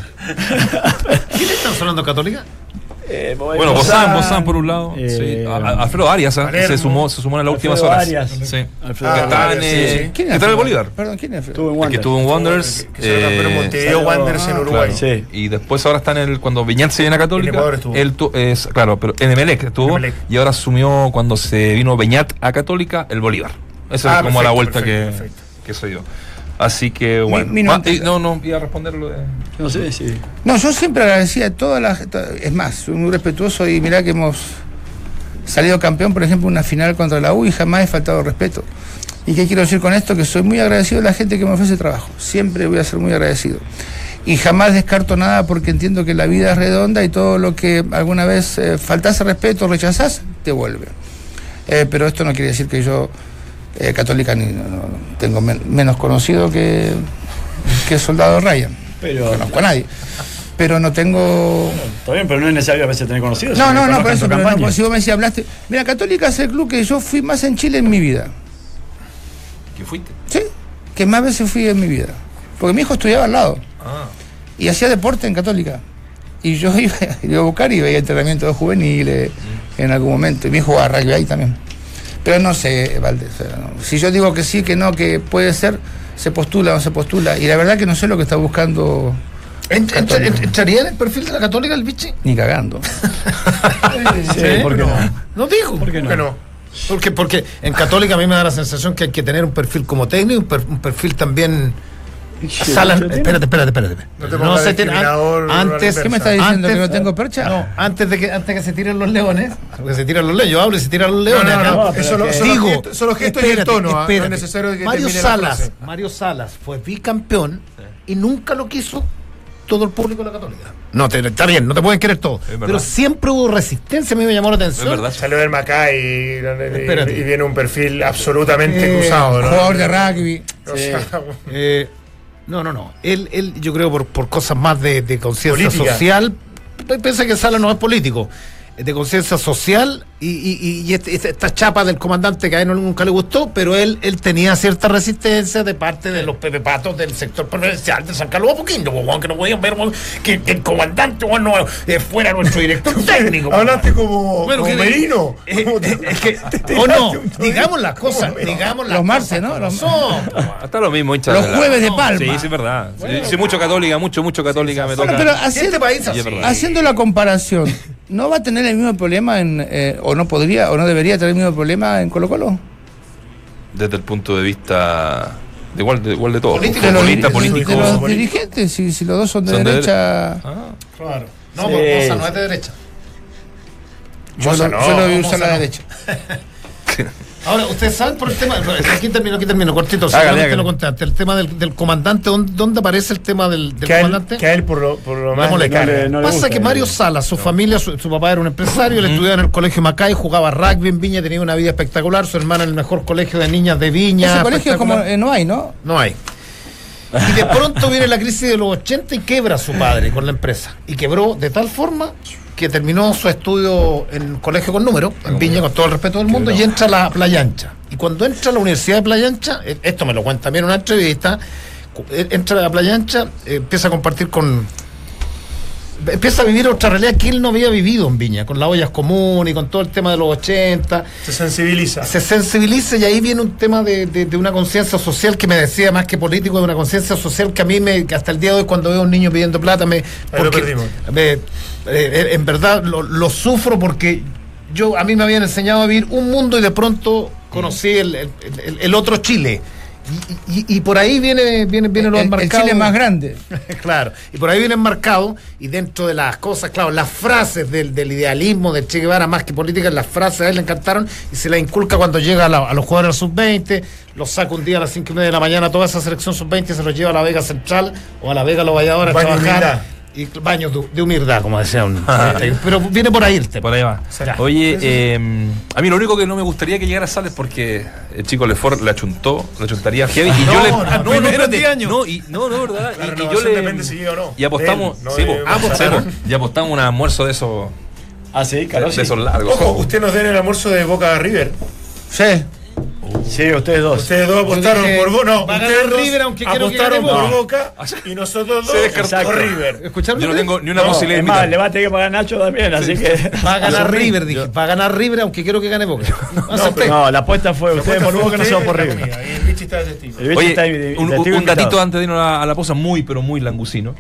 ¿Quién está sonando Católica? Bueno, Bozán por un lado. Sí. Alfredo Arias se sumó en las últimas horas. Arias. Sí. Alfredo que está ¿Quién en el Bolívar. Perdón, ¿quién es? El que estuvo en Wanderers. Que se campeón en Montevideo Wanderers en Uruguay. Claro. Sí. Y después ahora está cuando Viñat se viene a Católica. En Ecuador estuvo. Claro, pero en Emelec estuvo. Y ahora asumió cuando se vino Viñat a Católica el Bolívar. Esa es como la vuelta que se dio. Así que bueno. No, iba a responderlo de... No sé, sí. No, yo siempre agradecía a todas las... Es más, soy muy respetuoso y mirá que hemos salido campeón, por ejemplo, en una final contra la U y jamás he faltado respeto. ¿Y qué quiero decir con esto? Que soy muy agradecido de la gente que me ofrece trabajo. Siempre voy a ser muy agradecido. Y jamás descarto nada porque entiendo que la vida es redonda y todo lo que alguna vez faltase respeto o rechazás, te vuelve. Pero esto no quiere decir que yo... Católica no tengo menos conocido que Soldado Ryan. Pero conozco a nadie. Pero no tengo... Está bien, pero no es necesario a veces tener conocidos. No, por eso. Pero si vos me decías, hablaste... Mira, Católica es el club que yo fui más en Chile en mi vida. ¿Qué fuiste? Sí, que más veces fui en mi vida. Porque mi hijo estudiaba al lado. Y hacía deporte en Católica. Y yo iba a buscar y veía entrenamientos de juveniles en algún momento. Y mi hijo jugaba rugby ahí también. Pero no sé, Valdés, si yo digo que sí, que no, que puede ser, se postula o no se postula. Y la verdad que no sé lo que está buscando. ¿Entraría en el perfil de la Católica el Vichy? Ni cagando. Sí, ¿por qué no? No digo. ¿Por qué no? Porque en Católica a mí me da la sensación que hay que tener un perfil como técnico, un perfil también... Salas, espérate. No se antes, ¿qué me estás diciendo? ¿Que no tengo percha? No, antes de que se tiren los leones, porque se tiran los leones, yo hablo y se tiran los leones. Son los gestos y el tono. No es necesario que Mario Salas fue bicampeón y nunca lo quiso todo el público de la Católica. No, está bien, no te pueden querer todo. Pero siempre hubo resistencia, a mí me llamó la atención. Es verdad. Salió del Macay y viene un perfil absolutamente cruzado, ¿no? Jugador de rugby. O sea, No. Él, yo creo, por cosas más de conciencia Política. social, piensa que Sala no es político, de conciencia social y esta chapa del comandante que a él nunca le gustó, pero él tenía cierta resistencia de parte de los Pepe Patos del sector preferencial de San Carlos Apoquindo, que no podían ver que el comandante no fuera nuestro director técnico. hablaste como Merino. Es que, o no, digamos las cosas, Los martes, ¿no? Hasta lo mismo, hincha. Los jueves de Palma. Sí, es verdad. Sí, mucho católica, mucho católica me toca. Pero Este país así. haciendo la comparación, ¿no va a tener el mismo problema o no podría, o no debería tener el mismo problema en Colo-Colo? Desde el punto de vista de igual de todo. Político, Político. De los dirigentes, si los dos son de derecha. Claro. No, Sí. Moza no es de derecha. Yo lo voy a usar la derecha. Ahora, ustedes saben por el tema, aquí termino, cortito, Hágale, seguramente hágale. lo contaste, el tema del comandante, ¿dónde aparece el tema del que comandante? a él por lo más Vamos, le carga. no le Pasa gusta, que Mario Salas, su familia, su papá era un empresario, él estudiaba en el colegio Macay, jugaba rugby en Viña, tenía una vida espectacular, su hermana en el mejor colegio de niñas de Viña. Ese colegio como espectacular. no hay, ¿no? No hay. Y de pronto viene la crisis de los 80 y quebra a su padre con la empresa. Y quebró de tal forma que terminó su estudio en colegio con número, en Viña, con todo el respeto del mundo, y entra a la Playa Ancha. Y cuando entra a la Universidad de Playa Ancha, esto me lo cuenta también en una entrevista, entra a la Playa Ancha, empieza a compartir empieza a vivir otra realidad que él no había vivido en Viña, con las ollas comunes y con todo el tema de los 80. Se sensibiliza. Y ahí viene un tema de una conciencia social que me decía más que político, de una conciencia social que a mí que hasta el día de hoy cuando veo a un niño pidiendo plata Ahí lo perdimos. En verdad lo sufro porque a mí me habían enseñado a vivir un mundo y de pronto conocí el otro Chile. Y por ahí viene lo El enmarcado. Chile más grande. Claro, y por ahí viene enmarcado, y dentro de las cosas, claro, las frases del idealismo de Che Guevara, más que políticas, las frases a él le encantaron, y se las inculca cuando llega a los jugadores sub-20, los saca un día a las 5:30 de la mañana, toda esa selección sub-20 y se los lleva a la Vega Central o a la Vega Los Valladores a Baño de trabajar. humildad. Y baños de humildad, como decía un. Pero viene por ahí el tema. Por ahí va. Ya. Oye, a mí lo único que no me gustaría que llegara Sales porque el chico Lefort le achuntaría heavy. Y yo le. espérate. No, verdad. La Y yo renovación le. depende si llega o no. Y apostamos. De él, no Sí, de po, Gonzalo. y apostamos un almuerzo de esos. Ah, sí, claro. De esos largos. Ojo, usted nos den el almuerzo de Boca River. Sí. Sí, ustedes dos. Ustedes dos apostaron dije, por Boca. No, va a ustedes ganar dos River, aunque quiero que apostaron gane por Boca. Boca y nosotros Se dos descartó. por River. ¿Escucharon? Yo no tengo ni una No, posibilidad es de más, invitar. le va a tener que pagar Nacho también, así que. Va a ganar River, dije. Va a ganar River, aunque quiero que gane Boca. No, la apuesta fue ustedes por Boca, nosotros por Usted, River. la comida, y el bicho está de testigo. El bicho Oye, está de un testigo datito invitado. antes de irnos a la pausa, pero muy langucino.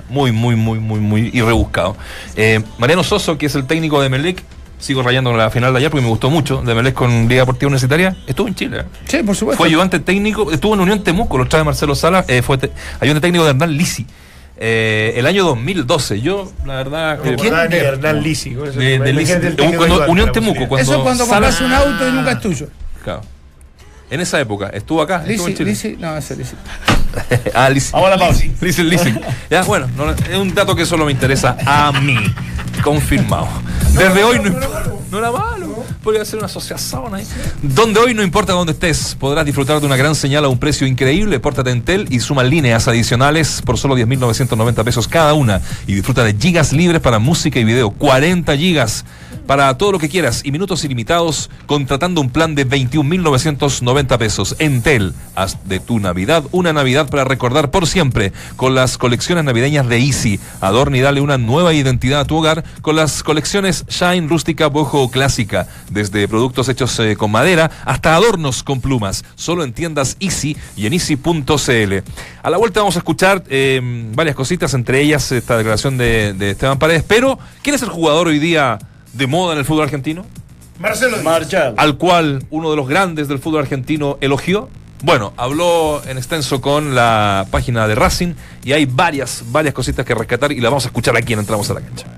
Muy y rebuscado. Mariano Soso, que es el técnico de Emelec, sigo rayando en la final de ayer porque me gustó mucho, de Emelec con Liga Deportiva Universitaria, estuvo en Chile. Sí, por supuesto. Fue ayudante técnico, estuvo en Unión Temuco, lo trae Marcelo Sala, fue ayudante técnico de Hernán Lisi. El año 2012, yo la verdad No, ni Hernán Lisi. con eso, de me Lisi, imagínate el técnico cuando ayudante, Unión la Temuco, posibilidad. Eso cuando Sala- compras un auto y nunca es tuyo. Claro. En esa época, estuvo acá, estuvo en Chile. Lisi, no, ese Lisi. Lisi. Vamos a la pausa. Leasing. Ya, bueno, es un dato que solo me interesa a mí. Confirmado. Desde hoy no era malo. Podría ser una asociación ahí. Donde hoy no importa dónde estés, podrás disfrutar de una gran señal a un precio increíble. Pórtate en Entel y suma líneas adicionales por solo 10.990 pesos cada una. Y disfruta de gigas libres para música y video. 40 gigas para todo lo que quieras y minutos ilimitados contratando un plan de 21.990 pesos. Entel, haz de tu Navidad una Navidad para recordar por siempre con las colecciones navideñas de Easy. Adorna y dale una nueva identidad a tu hogar con las colecciones Shine, Rústica, Boho o Clásica. Desde productos hechos con madera hasta adornos con plumas. Solo en tiendas Easy y en easy.cl. A la vuelta vamos a escuchar varias cositas, entre ellas esta declaración de Esteban Paredes. Pero, ¿quién es el jugador hoy día de moda en el fútbol argentino? Marcelo Díaz. Marchal. Al cual uno de los grandes del fútbol argentino elogió. Bueno, habló en extenso con la página de Racing y hay varias cositas que rescatar y las vamos a escuchar aquí en Entramos a la Cancha.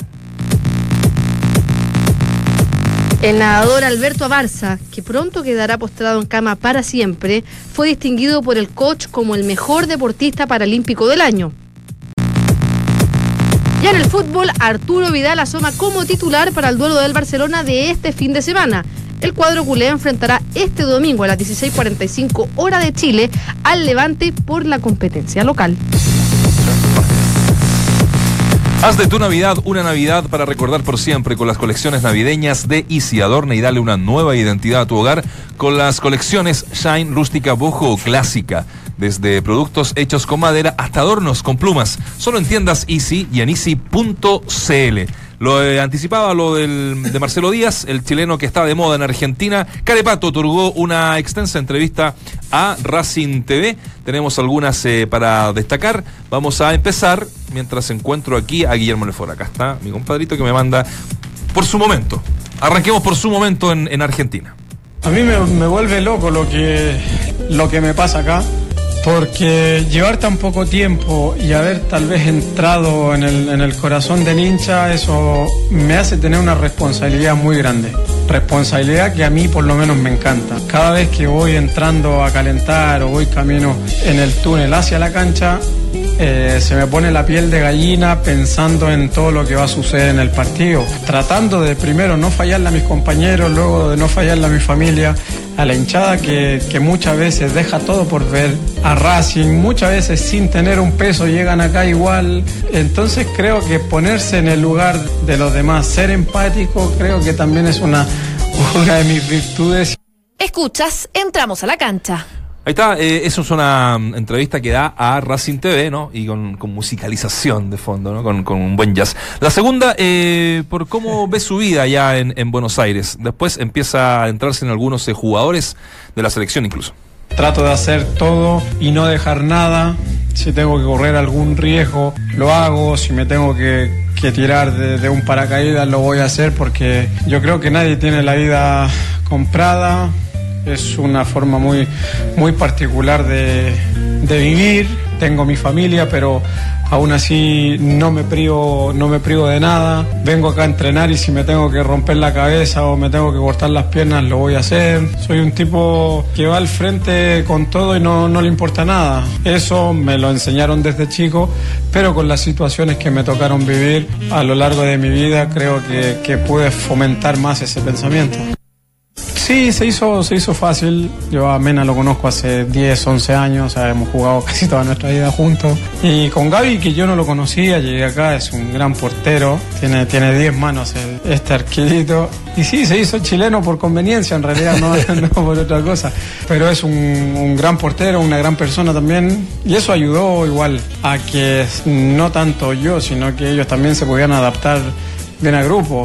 El nadador Alberto Abarza, que pronto quedará postrado en cama para siempre, fue distinguido por el coach como el mejor deportista paralímpico del año. Ya en el fútbol, Arturo Vidal asoma como titular para el duelo del Barcelona de este fin de semana. El cuadro culé enfrentará este domingo a las 16:45 hora de Chile al Levante por la competencia local. Haz de tu Navidad una Navidad para recordar por siempre con las colecciones navideñas de Easy. Adorna y dale una nueva identidad a tu hogar con las colecciones Shine, Rústica, Boho o Clásica. Desde productos hechos con madera hasta adornos con plumas. Solo en tiendas Easy y en easy.cl. Lo anticipaba lo de Marcelo Díaz, el chileno que está de moda en Argentina. Carepato otorgó una extensa entrevista a Racing TV. Tenemos algunas para destacar. Vamos a empezar mientras encuentro aquí a Guillermo Lefort. Acá está mi compadrito que me manda por su momento. Arranquemos por su momento en Argentina. A mí me vuelve loco lo que me pasa acá. Porque llevar tan poco tiempo y haber tal vez entrado en el corazón del hincha, eso me hace tener una responsabilidad muy grande. Responsabilidad que a mí por lo menos me encanta. Cada vez que voy entrando a calentar o voy camino en el túnel hacia la cancha, se me pone la piel de gallina pensando en todo lo que va a suceder en el partido. Tratando de primero no fallarle a mis compañeros, luego de no fallarle a mi familia, a la hinchada que muchas veces deja todo por ver a Racing, muchas veces sin tener un peso llegan acá igual. Entonces creo que ponerse en el lugar de los demás, ser empático, creo que también es una de mis virtudes. Escuchas, entramos a la cancha. Ahí está, eso es una entrevista que da a Racing TV, ¿no? Y con musicalización de fondo, ¿no? Con un buen jazz. La segunda, por cómo ve su vida allá en Buenos Aires. Después empieza a entrarse en algunos jugadores de la selección incluso. Trato de hacer todo y no dejar nada. Si tengo que correr algún riesgo, lo hago. Si me tengo que tirar de un paracaídas, lo voy a hacer porque yo creo que nadie tiene la vida comprada. Es una forma muy, muy particular de vivir. Tengo mi familia, pero aún así no me privo de nada. Vengo acá a entrenar y si me tengo que romper la cabeza o me tengo que cortar las piernas, lo voy a hacer. Soy un tipo que va al frente con todo y no le importa nada. Eso me lo enseñaron desde chico, pero con las situaciones que me tocaron vivir a lo largo de mi vida, creo que pude fomentar más ese pensamiento. Sí, se hizo fácil. Yo a Mena lo conozco hace 10, 11 años, o sea, hemos jugado casi toda nuestra vida juntos. Y con Gaby, que yo no lo conocía, llegué acá, es un gran portero, tiene 10 manos este arquerito. Y sí, se hizo chileno por conveniencia, en realidad, no por otra cosa. Pero es un gran portero, una gran persona también. Y eso ayudó igual a que no tanto yo, sino que ellos también se podían adaptar bien al grupo.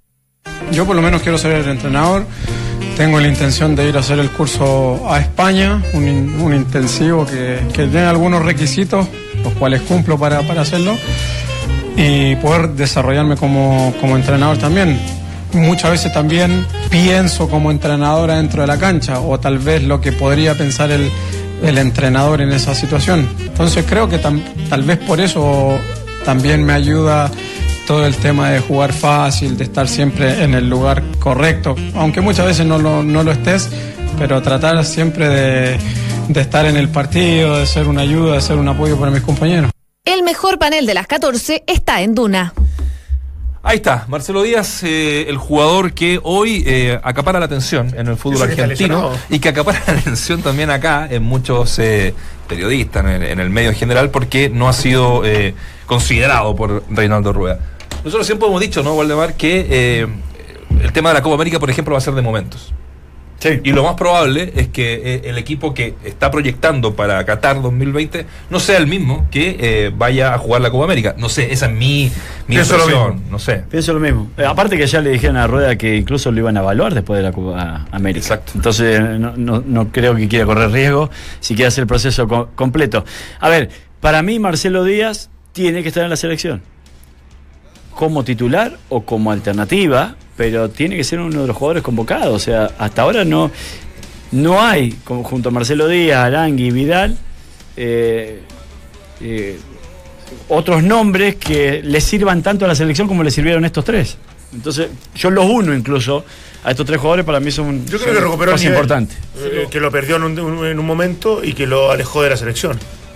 Yo por lo menos quiero ser el entrenador. Tengo la intención de ir a hacer el curso a España, un intensivo que tiene algunos requisitos, los cuales cumplo para hacerlo, y poder desarrollarme como entrenador también. Muchas veces también pienso como entrenador dentro de la cancha, o tal vez lo que podría pensar el entrenador en esa situación. Entonces creo que tal vez por eso también me ayuda todo el tema de jugar fácil, de estar siempre en el lugar correcto, aunque muchas veces no lo estés, pero tratar siempre de estar en el partido, de ser una ayuda, de ser un apoyo para mis compañeros. El mejor panel de las 14 está en Duna. Ahí está, Marcelo Díaz, el jugador que hoy acapara la atención en el fútbol argentino y que acapara la atención también acá en muchos periodistas, en el medio en general, porque no ha sido considerado por Reinaldo Rueda. Nosotros siempre hemos dicho, ¿no, Waldemar, que el tema de la Copa América, por ejemplo, va a ser de momentos. Sí. Y lo más probable es que el equipo que está proyectando para Qatar 2020 no sea el mismo que vaya a jugar la Copa América. No sé, esa es mi impresión. No sé. Pienso lo mismo. Aparte que ya le dijeron a Rueda que incluso lo iban a evaluar después de la Copa América. Exacto. Entonces no creo que quiera correr riesgo si quiere hacer el proceso completo. A ver, para mí Marcelo Díaz tiene que estar en la selección como titular o como alternativa, pero tiene que ser uno de los jugadores convocados. O sea, hasta ahora no hay, junto a Marcelo Díaz, Arangui, Vidal, otros nombres que le sirvan tanto a la selección como le sirvieron estos tres. Entonces, yo los uno incluso a estos tres jugadores, para mí son, yo creo que recuperó cosas importantes. Que lo perdió en un momento y que lo alejó de la selección.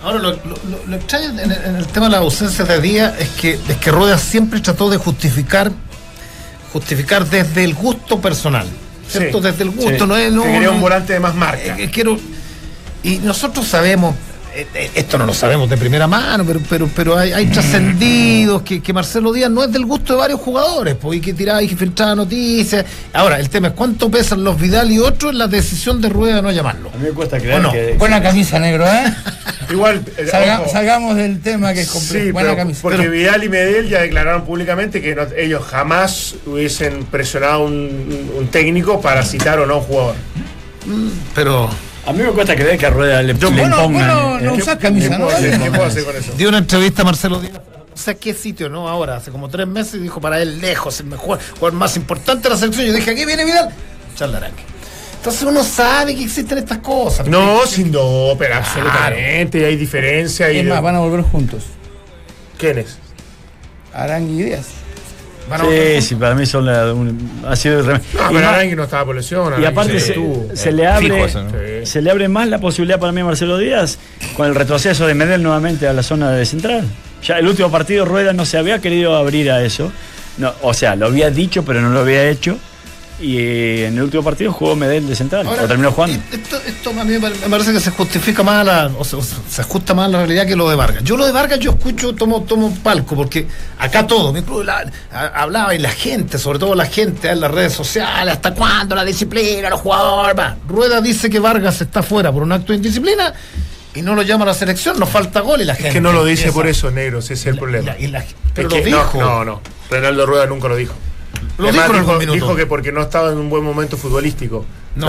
Ahora, lo extraño en el tema de la ausencia de Díaz es que Rueda siempre trató de justificar desde el gusto personal, ¿cierto? Sí, desde el gusto, sí. No es... No, quería un volante de más marca. Y nosotros sabemos, esto no lo sabemos de primera mano, pero hay trascendidos que Marcelo Díaz no es del gusto de varios jugadores, pues, y que tiraba y que filtraba noticias. Ahora, el tema es cuánto pesan los Vidal y otros en la decisión de Rueda de no llamarlo. A mí me cuesta creer que... Buena camisa, negro, ¿eh? Igual, salgamos del tema que es complejo. Sí, buena camisa. Porque Vidal y Medel ya declararon públicamente que ellos jamás hubiesen presionado un técnico para citar o no a un jugador. Pero... A mí me cuesta creer que a Rueda le pongan... no usás camisa, ¿no? ¿Qué puedo hacer con eso? Dio una entrevista a Marcelo Díaz, no sé a qué sitio, ¿no? Ahora, hace como 3 meses, y dijo para él lejos, el mejor, jugador más importante de la selección. Yo dije, aquí viene Vidal, Charlaranque. Entonces uno sabe que existen estas cosas. No, sin duda, pero absolutamente, hay diferencia. Es más, van a volver juntos. ¿Quiénes? Arangui y Díaz. Sí, para mí son ha sido pero Arangui no estaba por lesión. Y aparte se le abre más la posibilidad para mí a Marcelo Díaz con el retroceso de Medel nuevamente a la zona de central. Ya el último partido Rueda no se había querido abrir a eso. No, o sea, lo había dicho pero no lo había hecho. Y en el último partido jugó Medel de central. Ahora, o terminó jugando. Esto a mí me parece que se justifica más se ajusta más a la realidad que lo de Vargas. Yo lo de Vargas yo escucho, tomo palco, porque acá todo, mi club hablaba y la gente, sobre todo la gente en las redes sociales, hasta cuándo la disciplina, los jugadores, Rueda dice que Vargas está fuera por un acto de indisciplina y no lo llama a la selección, nos falta gol y la gente. Es que no lo dice por eso, negro, ese es el problema. Pero lo dijo. No. Reinaldo Rueda nunca lo dijo. Dijo que porque no estaba en un buen momento futbolístico. No.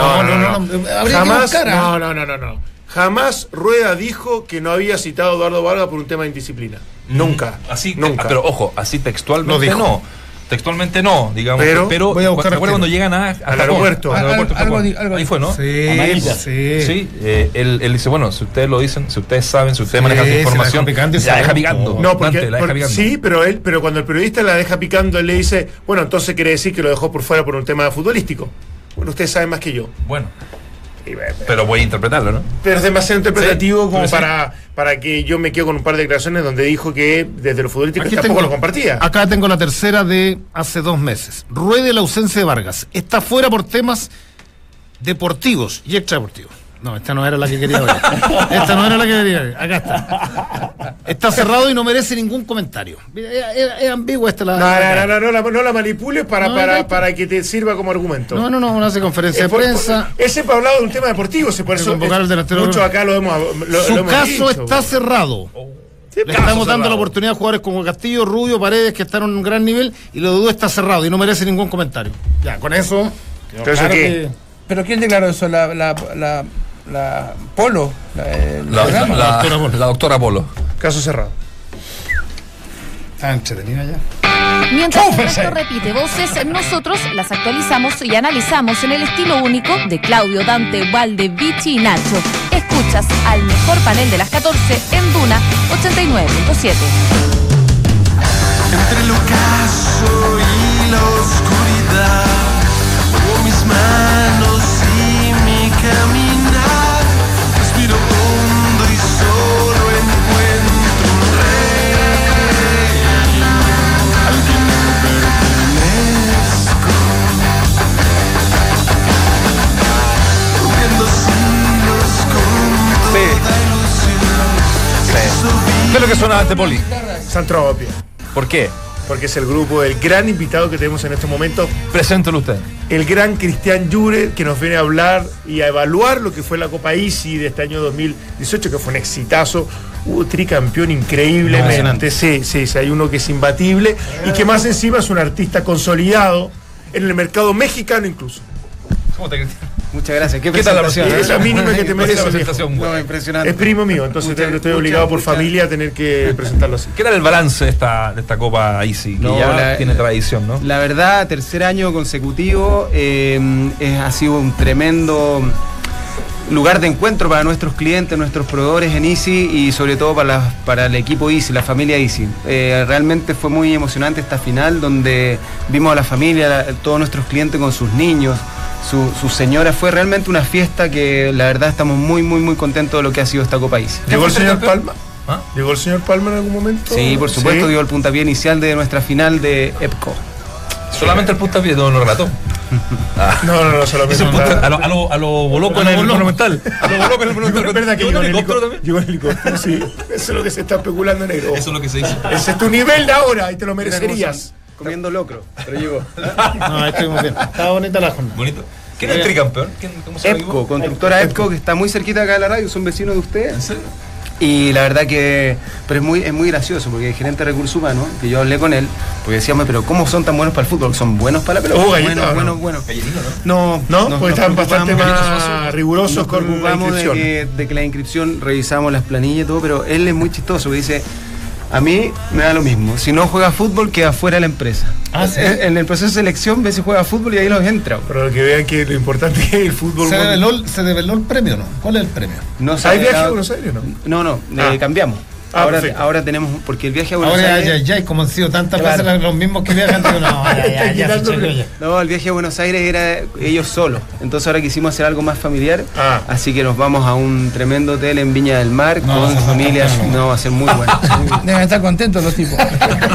Jamás Rueda dijo que no había citado a Eduardo Vargas por un tema de indisciplina. Nunca. Nunca. Pero ojo, así textualmente no. Textualmente no, digamos. Pero voy a buscar cuando llegan al aeropuerto. Ahí fue, ¿no? Sí. Él dice, bueno, si ustedes lo dicen, si ustedes saben, si ustedes manejan esa información, la deja picando. No, sí, pero cuando el periodista la deja picando, él le dice, bueno, entonces quiere decir que lo dejó por fuera por un tema futbolístico. Bueno, ustedes saben más que yo. Bueno. Pero voy a interpretarlo, ¿no? Pero es demasiado interpretativo como para que yo me quedo con un par de declaraciones donde dijo que desde los futbolistas tampoco lo compartía. Acá tengo la tercera de hace 2 meses. Rueda la ausencia de Vargas. Está fuera por temas deportivos y extradeportivos. No, esta no era la que quería ver. Acá está. Está cerrado y no merece ningún comentario. Es ambigua esta la... No la manipules para que te sirva como argumento. No hace conferencia de prensa. Ese para hablar de un tema deportivo, por eso muchos acá lo hemos Su caso está cerrado. Le estamos dando la oportunidad a jugadores como Castillo, Rubio, Paredes, que están en un gran nivel, y lo de Dudú está cerrado y no merece ningún comentario. Ya, con eso... ¿Pero quién declaró eso? La Polo. La doctora Polo. Caso cerrado. Está entretenida ya. Mientras el resto repite voces, nosotros las actualizamos y analizamos en el estilo único de Claudio, Dante, Walde, Vichy y Nacho. Escuchas al mejor panel de las 14 en Duna 89.7. Entre el ocaso y la oscuridad, con mis manos y mi caminar, respiro hondo y solo encuentro un rey, al que no pertenezco, rompiendo signos con toda ilusión. ¿Qué es lo que suena Dante Poli? Santropia. ¿Por qué? Porque es el grupo, el gran invitado que tenemos en este momento. Preséntelo usted. El gran Cristian Llure, que nos viene a hablar y a evaluar lo que fue la Copa Easy de este año 2018, que fue un exitazo. Hubo tricampeón increíblemente. Sí, hay uno que es imbatible y que más encima es un artista consolidado en el mercado mexicano incluso. ¿Cómo te Cristian? Muchas gracias. ¿Qué tal la presentación? Es la mínima que te mereces. No, impresionante. Es primo mío, entonces estoy obligado por familia a tener que presentarlo así. ¿Qué era el balance de esta Copa Easy? Que ya tiene tradición, ¿no? La verdad, 3er año consecutivo, ha sido un tremendo lugar de encuentro para nuestros clientes, nuestros proveedores en Easy y sobre todo para el equipo Easy, la familia Easy. Realmente fue muy emocionante esta final donde vimos a la familia, todos nuestros clientes con sus niños. su señora. Fue realmente una fiesta que la verdad estamos muy, muy, muy contentos de lo que ha sido esta Copa Easy. ¿Llegó el señor Palma? ¿Ah? ¿Llegó el señor Palma en algún momento? Sí, por supuesto, ¿Sí? dio el puntapié inicial de nuestra final de EPCO. Solamente el puntapié, no lo relató. No, solamente. Hizo a lo Boloco en el Monumental. A lo Boloco en el Monumental. ¿Es verdad que llegó en helicóptero también? Llegó en helicóptero, sí. Eso es lo que se está especulando, negro. Eso es lo que se dice. Ese es tu nivel de ahora y te lo merecerías. Comiendo locro, pero llegó. No, estuvimos bien. Estaba bonita la jornada. Bonito. ¿Quién es el tricampeón? ¿Cómo se llama? EPCO, constructora EPCO, que está muy cerquita acá de la radio, son vecinos de ustedes. ¿En serio? Y la verdad que, pero es muy gracioso, porque el gerente de recursos humanos, que yo hablé con él, porque decíamos, pero ¿cómo son tan buenos para el fútbol? Son buenos para la pelota. Buenos. Gallinito, ¿no? No, Porque están bastante más rigurosos con la preocupamos inscripción. de que la inscripción, revisamos las planillas y todo, pero él es muy chistoso, porque dice, a mí me da lo mismo, si no juega fútbol queda fuera de la empresa. ¿Sí? En el proceso de selección ve si juega fútbol y ahí los entra. Pero que vean que lo importante es el fútbol. ¿Se develó el premio, no? ¿Cuál es el premio? No ¿Hay viaje a Buenos Aires, no? No, cambiamos. Ahora tenemos, porque el viaje a Buenos Aires... Ya, como han sido tantas veces los mismos que viajan, digo, ya. No, el viaje a Buenos Aires era ellos solos. Entonces ahora quisimos hacer algo más familiar. Así que nos vamos a un tremendo hotel en Viña del Mar con familias. No, va a ser muy bueno. Deben estar contentos los tipos.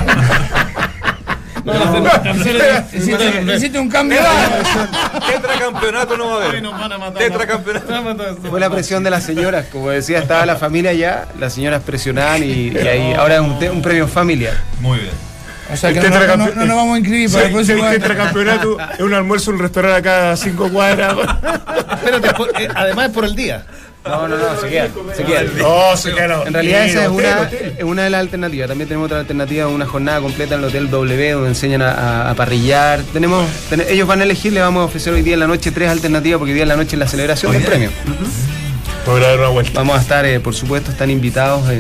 Hiciste un cambio. Tetracampeonato no va a haber. Tetracampeonato. Fue la presión de las señoras, como decía, estaba la familia allá, las señoras presionaban y ahí ahora es un premio familiar. Muy bien. O sea que no nos vamos a inscribir para el próximo año. El tetracampeonato es un almuerzo en un restaurante acá a 5 cuadras. Espérate, además es por el día. No, se queda. Se queda. En realidad esa es una de las alternativas. También tenemos otra alternativa, una jornada completa en el Hotel W, donde enseñan a parrillar. Ellos van a elegir, le vamos a ofrecer hoy día en la noche 3 alternativas, porque hoy día en la noche es la celebración del premio. Voy a dar una vuelta. Vamos a estar, por supuesto, están invitados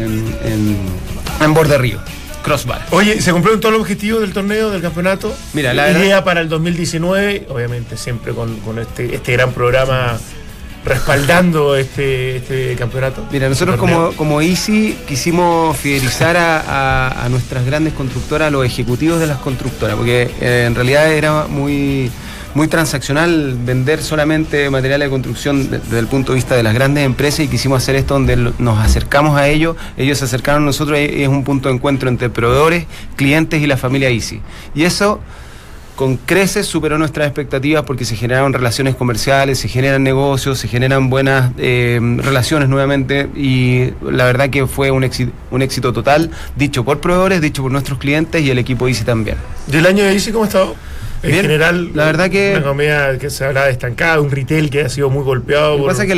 en Borde Río. Crossbar. Oye, ¿se cumplieron todos los objetivos del torneo, del campeonato? Mira, la idea para el 2019, obviamente siempre con este gran programa respaldando este campeonato. Mira, nosotros como Easy quisimos fidelizar a nuestras grandes constructoras, a los ejecutivos de las constructoras, porque en realidad era muy transaccional vender solamente materiales de construcción desde el punto de vista de las grandes empresas, y quisimos hacer esto donde nos acercamos a ellos se acercaron a nosotros, y es un punto de encuentro entre proveedores, clientes y la familia Easy. Y eso con creces superó nuestras expectativas, porque se generaron relaciones comerciales, se generan negocios, se generan buenas relaciones nuevamente, y la verdad que fue un éxito total, dicho por proveedores, dicho por nuestros clientes y el equipo Easy también. ¿Y el año de Easy cómo ha estado? En bien, general, la verdad que una economía que se habrá estancado, un retail que ha sido muy golpeado. Lo que pasa es que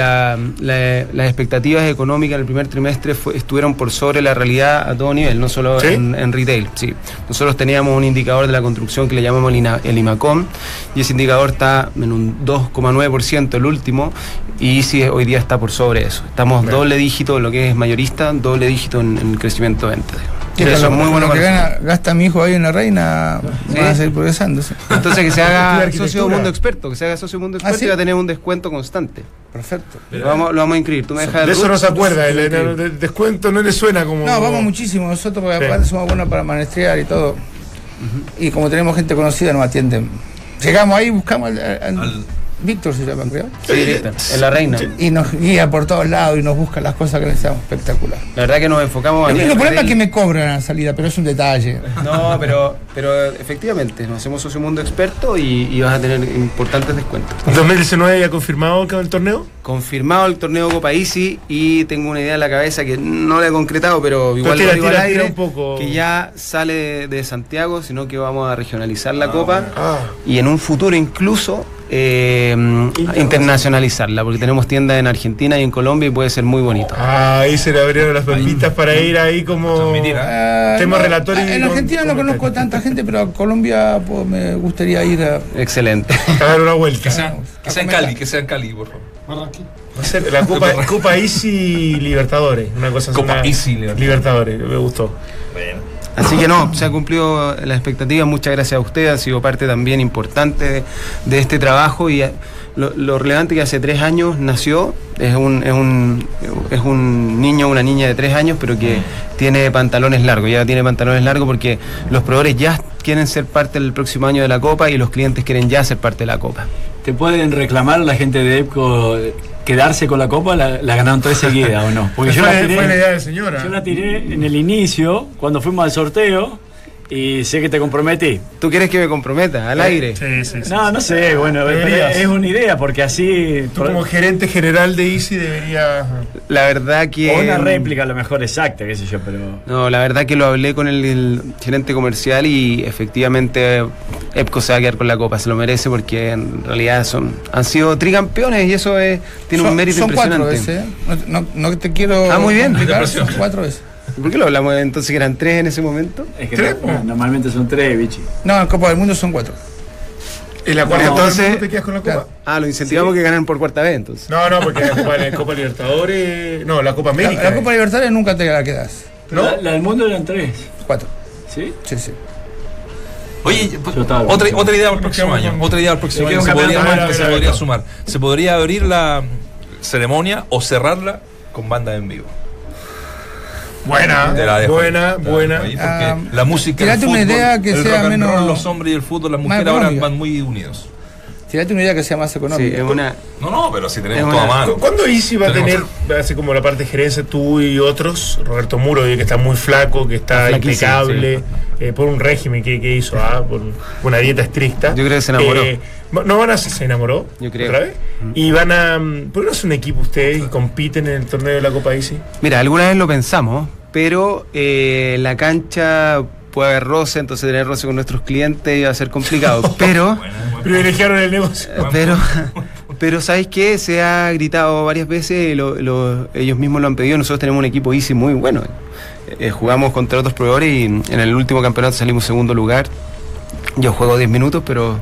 las expectativas económicas en el primer trimestre estuvieron por sobre la realidad a todo nivel, no solo en retail. Sí. Nosotros teníamos un indicador de la construcción que le llamamos el IMACOM, y ese indicador está en un 2,9%, el último, y sí, hoy día está por sobre eso. Estamos doble dígito en lo que es mayorista, doble dígito en el crecimiento de ventas. Eso es muy bueno. Lo que gasta mi hijo ahí en La Reina, van a seguir progresando. Entonces que se haga socio Mundo Experto, y va a tener un descuento constante. Perfecto. Lo vamos a inscribir. Tú me dejas de eso no se acuerda, el descuento no le suena como... No, vamos muchísimo nosotros, porque aparte somos buenos para maestrear y todo. Y como tenemos gente conocida, nos atienden. Llegamos ahí, buscamos al Víctor, se llama, creo. Sí, Víctor, en La Reina. Y nos guía por todos lados y nos busca las cosas que necesitamos. Espectacular. La verdad que nos enfocamos... El único problema es que me cobran a la salida, pero es un detalle. No, pero efectivamente, nos hacemos socio Mundo Experto y vas a tener importantes descuentos. ¿2019 ya confirmado el torneo? Confirmado el torneo Copa Easy, y tengo una idea en la cabeza que no la he concretado, pero igual lo digo al aire, un poco. Que ya sale de Santiago, sino que vamos a regionalizar la Copa y en un futuro incluso internacionalizarla, porque tenemos tiendas en Argentina y en Colombia y puede ser muy bonito. Ahí se le abrieron las palmitas para ir ahí como tema relatorio. En Argentina no conozco tanta gente, pero a Colombia me gustaría ir a... Excelente. A dar una vuelta. Que sea en Cali, por favor. Va a ser la Copa Easy Libertadores, una cosa así. Copa Easy Libertadores, me gustó. Bueno. Así que se ha cumplido la expectativa. Muchas gracias a usted, ha sido parte también importante de este trabajo, y lo relevante que hace 3 años nació, es un niño o una niña de 3 años, pero que tiene pantalones largos, porque los proveedores ya quieren ser parte del próximo año de la Copa y los clientes quieren ya ser parte de la Copa. te pueden reclamar la gente de EPCO quedarse con la copa, la ganaron 3 seguidas o no. Porque fue la idea del señor. Yo la tiré en el inicio, cuando fuimos al sorteo, y sé que te comprometí. ¿Tú quieres que me comprometa al aire? Sí. No sé, bueno, es una idea, porque así... Tú como gerente general de Easy deberías... La verdad que... O una réplica a lo mejor exacta, qué sé yo, pero... No, la verdad que lo hablé con el gerente comercial y efectivamente EPCO se va a quedar con la copa, se lo merece porque en realidad han sido tricampeones y eso tiene un mérito impresionante. Son 4 veces, no te quiero... Ah, muy bien. Son 4 veces. ¿Por qué lo hablamos entonces que eran 3 en ese momento? Es que normalmente son 3, bichi. No, en Copa del Mundo son 4. ¿En la cuarta entonces te quedas con la copa? Claro. Lo incentivamos que ganen por 4ª vez entonces. No, porque la Copa Libertadores... No, la Copa América. La Copa Libertadores nunca te la quedas. ¿No? La del mundo eran 3. 4. ¿Sí? Sí. Oye, otra idea para el próximo año. Otra idea para el próximo año se podría sumar. Se podría abrir la ceremonia o cerrarla con banda en vivo. Buena. Ahí porque la música, el fútbol, una idea que el sea rock and menos... roll, los hombres y el fútbol, las mujeres ahora van muy unidos. Tirate una idea que sea más económica. Sí, es una... No, pero si tenemos toda mano. ¿Cuándo Easy va a tener, así como la parte de gerencia, tú y otros, Roberto Muro, que está muy flaco, que está impecable, por un régimen que hizo, por una dieta estricta? Yo creo que se enamoró. ¿Se enamoró? Yo creo. ¿Otra vez? Y van a... ¿Por qué no es un equipo ustedes y compiten en el torneo de la Copa Easy? Mira, alguna vez lo pensamos, pero la cancha puede haber roce, entonces tener roce con nuestros clientes iba a ser complicado. Pero... Privilegiaron el negocio. Pero ¿sabes qué? Se ha gritado varias veces, ellos mismos lo han pedido. Nosotros tenemos un equipo Easy muy bueno. Jugamos contra otros proveedores y en el último campeonato salimos segundo lugar. Yo juego 10 minutos, pero...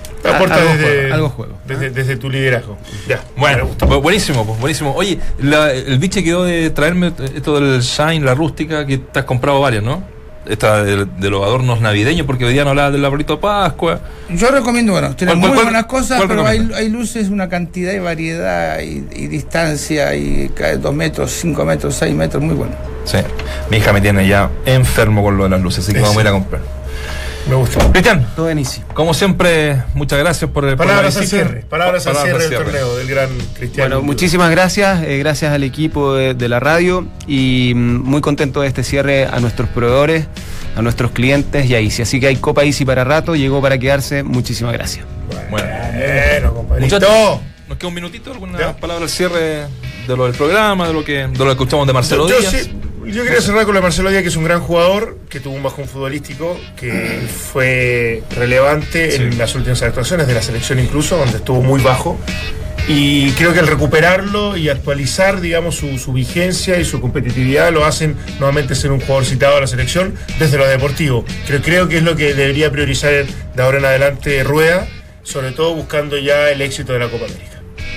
algo juego. Desde tu liderazgo. Ya. Bueno, buenísimo. Oye, el biche quedó de traerme esto del Shine, la rústica, que te has comprado varias, ¿no? Esta de los adornos navideños, porque hoy día no hablaba del arbolito de Pascua. Yo recomiendo, tiene muy buenas cosas, pero recomienda? hay luces, una cantidad y variedad y distancia, y 2 metros, 5 metros, 6 metros, muy bueno. Sí, mi hija me tiene ya enfermo con lo de las luces, así que vamos a ir a comprar. Me gusta. Cristian, todo en Easy. Como siempre, muchas gracias por palabras al cierre. Palabras al cierre del torneo del gran Cristian. Bueno, muchísimas gracias. Gracias al equipo de la radio y muy contento de este cierre a nuestros proveedores, a nuestros clientes y a Easy. Así que hay Copa Easy para rato, llegó para quedarse. Muchísimas gracias. Bueno, compadrito. Muchachos, nos queda un minutito, alguna palabra al cierre de lo del programa, de lo que escuchamos de Marcelo Díaz. Yo quería cerrar con lo de Marcelo Díaz, que es un gran jugador, que tuvo un bajón futbolístico, que fue relevante en las últimas actuaciones de la selección incluso, donde estuvo muy bajo. Y creo que el recuperarlo y actualizar, digamos, su vigencia y su competitividad lo hacen nuevamente ser un jugador citado a la selección desde lo deportivo. Creo que es lo que debería priorizar de ahora en adelante Rueda, sobre todo buscando ya el éxito de la Copa América.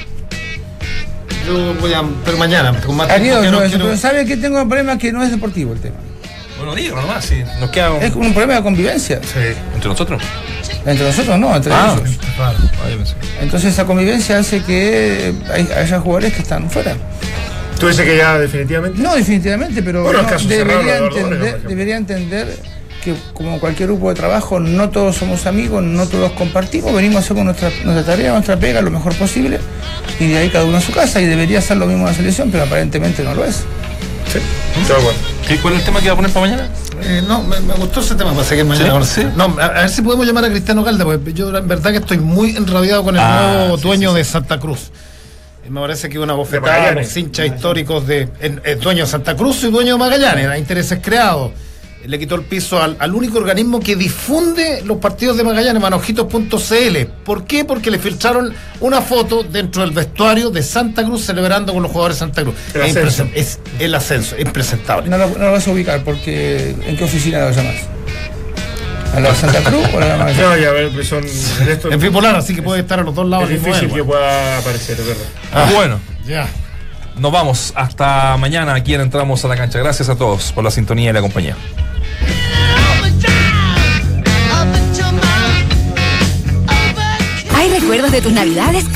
Yo voy a... Pero mañana, con más tiempo. Pero ¿sabe que tengo un problema? Que no es deportivo el tema. Bueno, digo nomás, sí. Nos queda es un problema de convivencia. Sí. ¿Entre nosotros? Entre nosotros no, entre ellos. Claro. Entonces esa convivencia hace que haya jugadores que están fuera. ¿Tú dices que ya definitivamente? No, definitivamente, pero bueno, debería entender que como cualquier grupo de trabajo, no todos somos amigos, no todos compartimos, venimos a hacer con nuestra tarea, nuestra pega lo mejor posible, y de ahí cada uno a su casa, y debería ser lo mismo en la selección, pero aparentemente no lo es. Sí, está bueno. ¿Cuál es el tema que iba a poner para mañana? No, me gustó ese tema para seguir mañana. ¿Sí? No, a ver si podemos llamar a Cristiano Calda, porque yo en verdad que estoy muy enrabiado con el nuevo dueño de Santa Cruz. Me parece que una bofetada a los hinchas históricos es dueño de Santa Cruz y dueño de Magallanes, a intereses creados. Le quitó el piso al único organismo que difunde los partidos de Magallanes, manojitos.cl. ¿Por qué? Porque le filtraron una foto dentro del vestuario de Santa Cruz celebrando con los jugadores de Santa Cruz. Es el ascenso, impresentable. No lo vas a ubicar, porque ¿en qué oficina lo llamas? ¿A la Santa Cruz o a la Magallanes? No, ya ver, son en bipolar, así que puede estar a los dos lados. Es difícil que pueda aparecer, es verdad. Bueno, ya. Nos vamos. Hasta mañana aquí en Entramos a la Cancha. Gracias a todos por la sintonía y la compañía. ¿Hay recuerdos de tus navidades?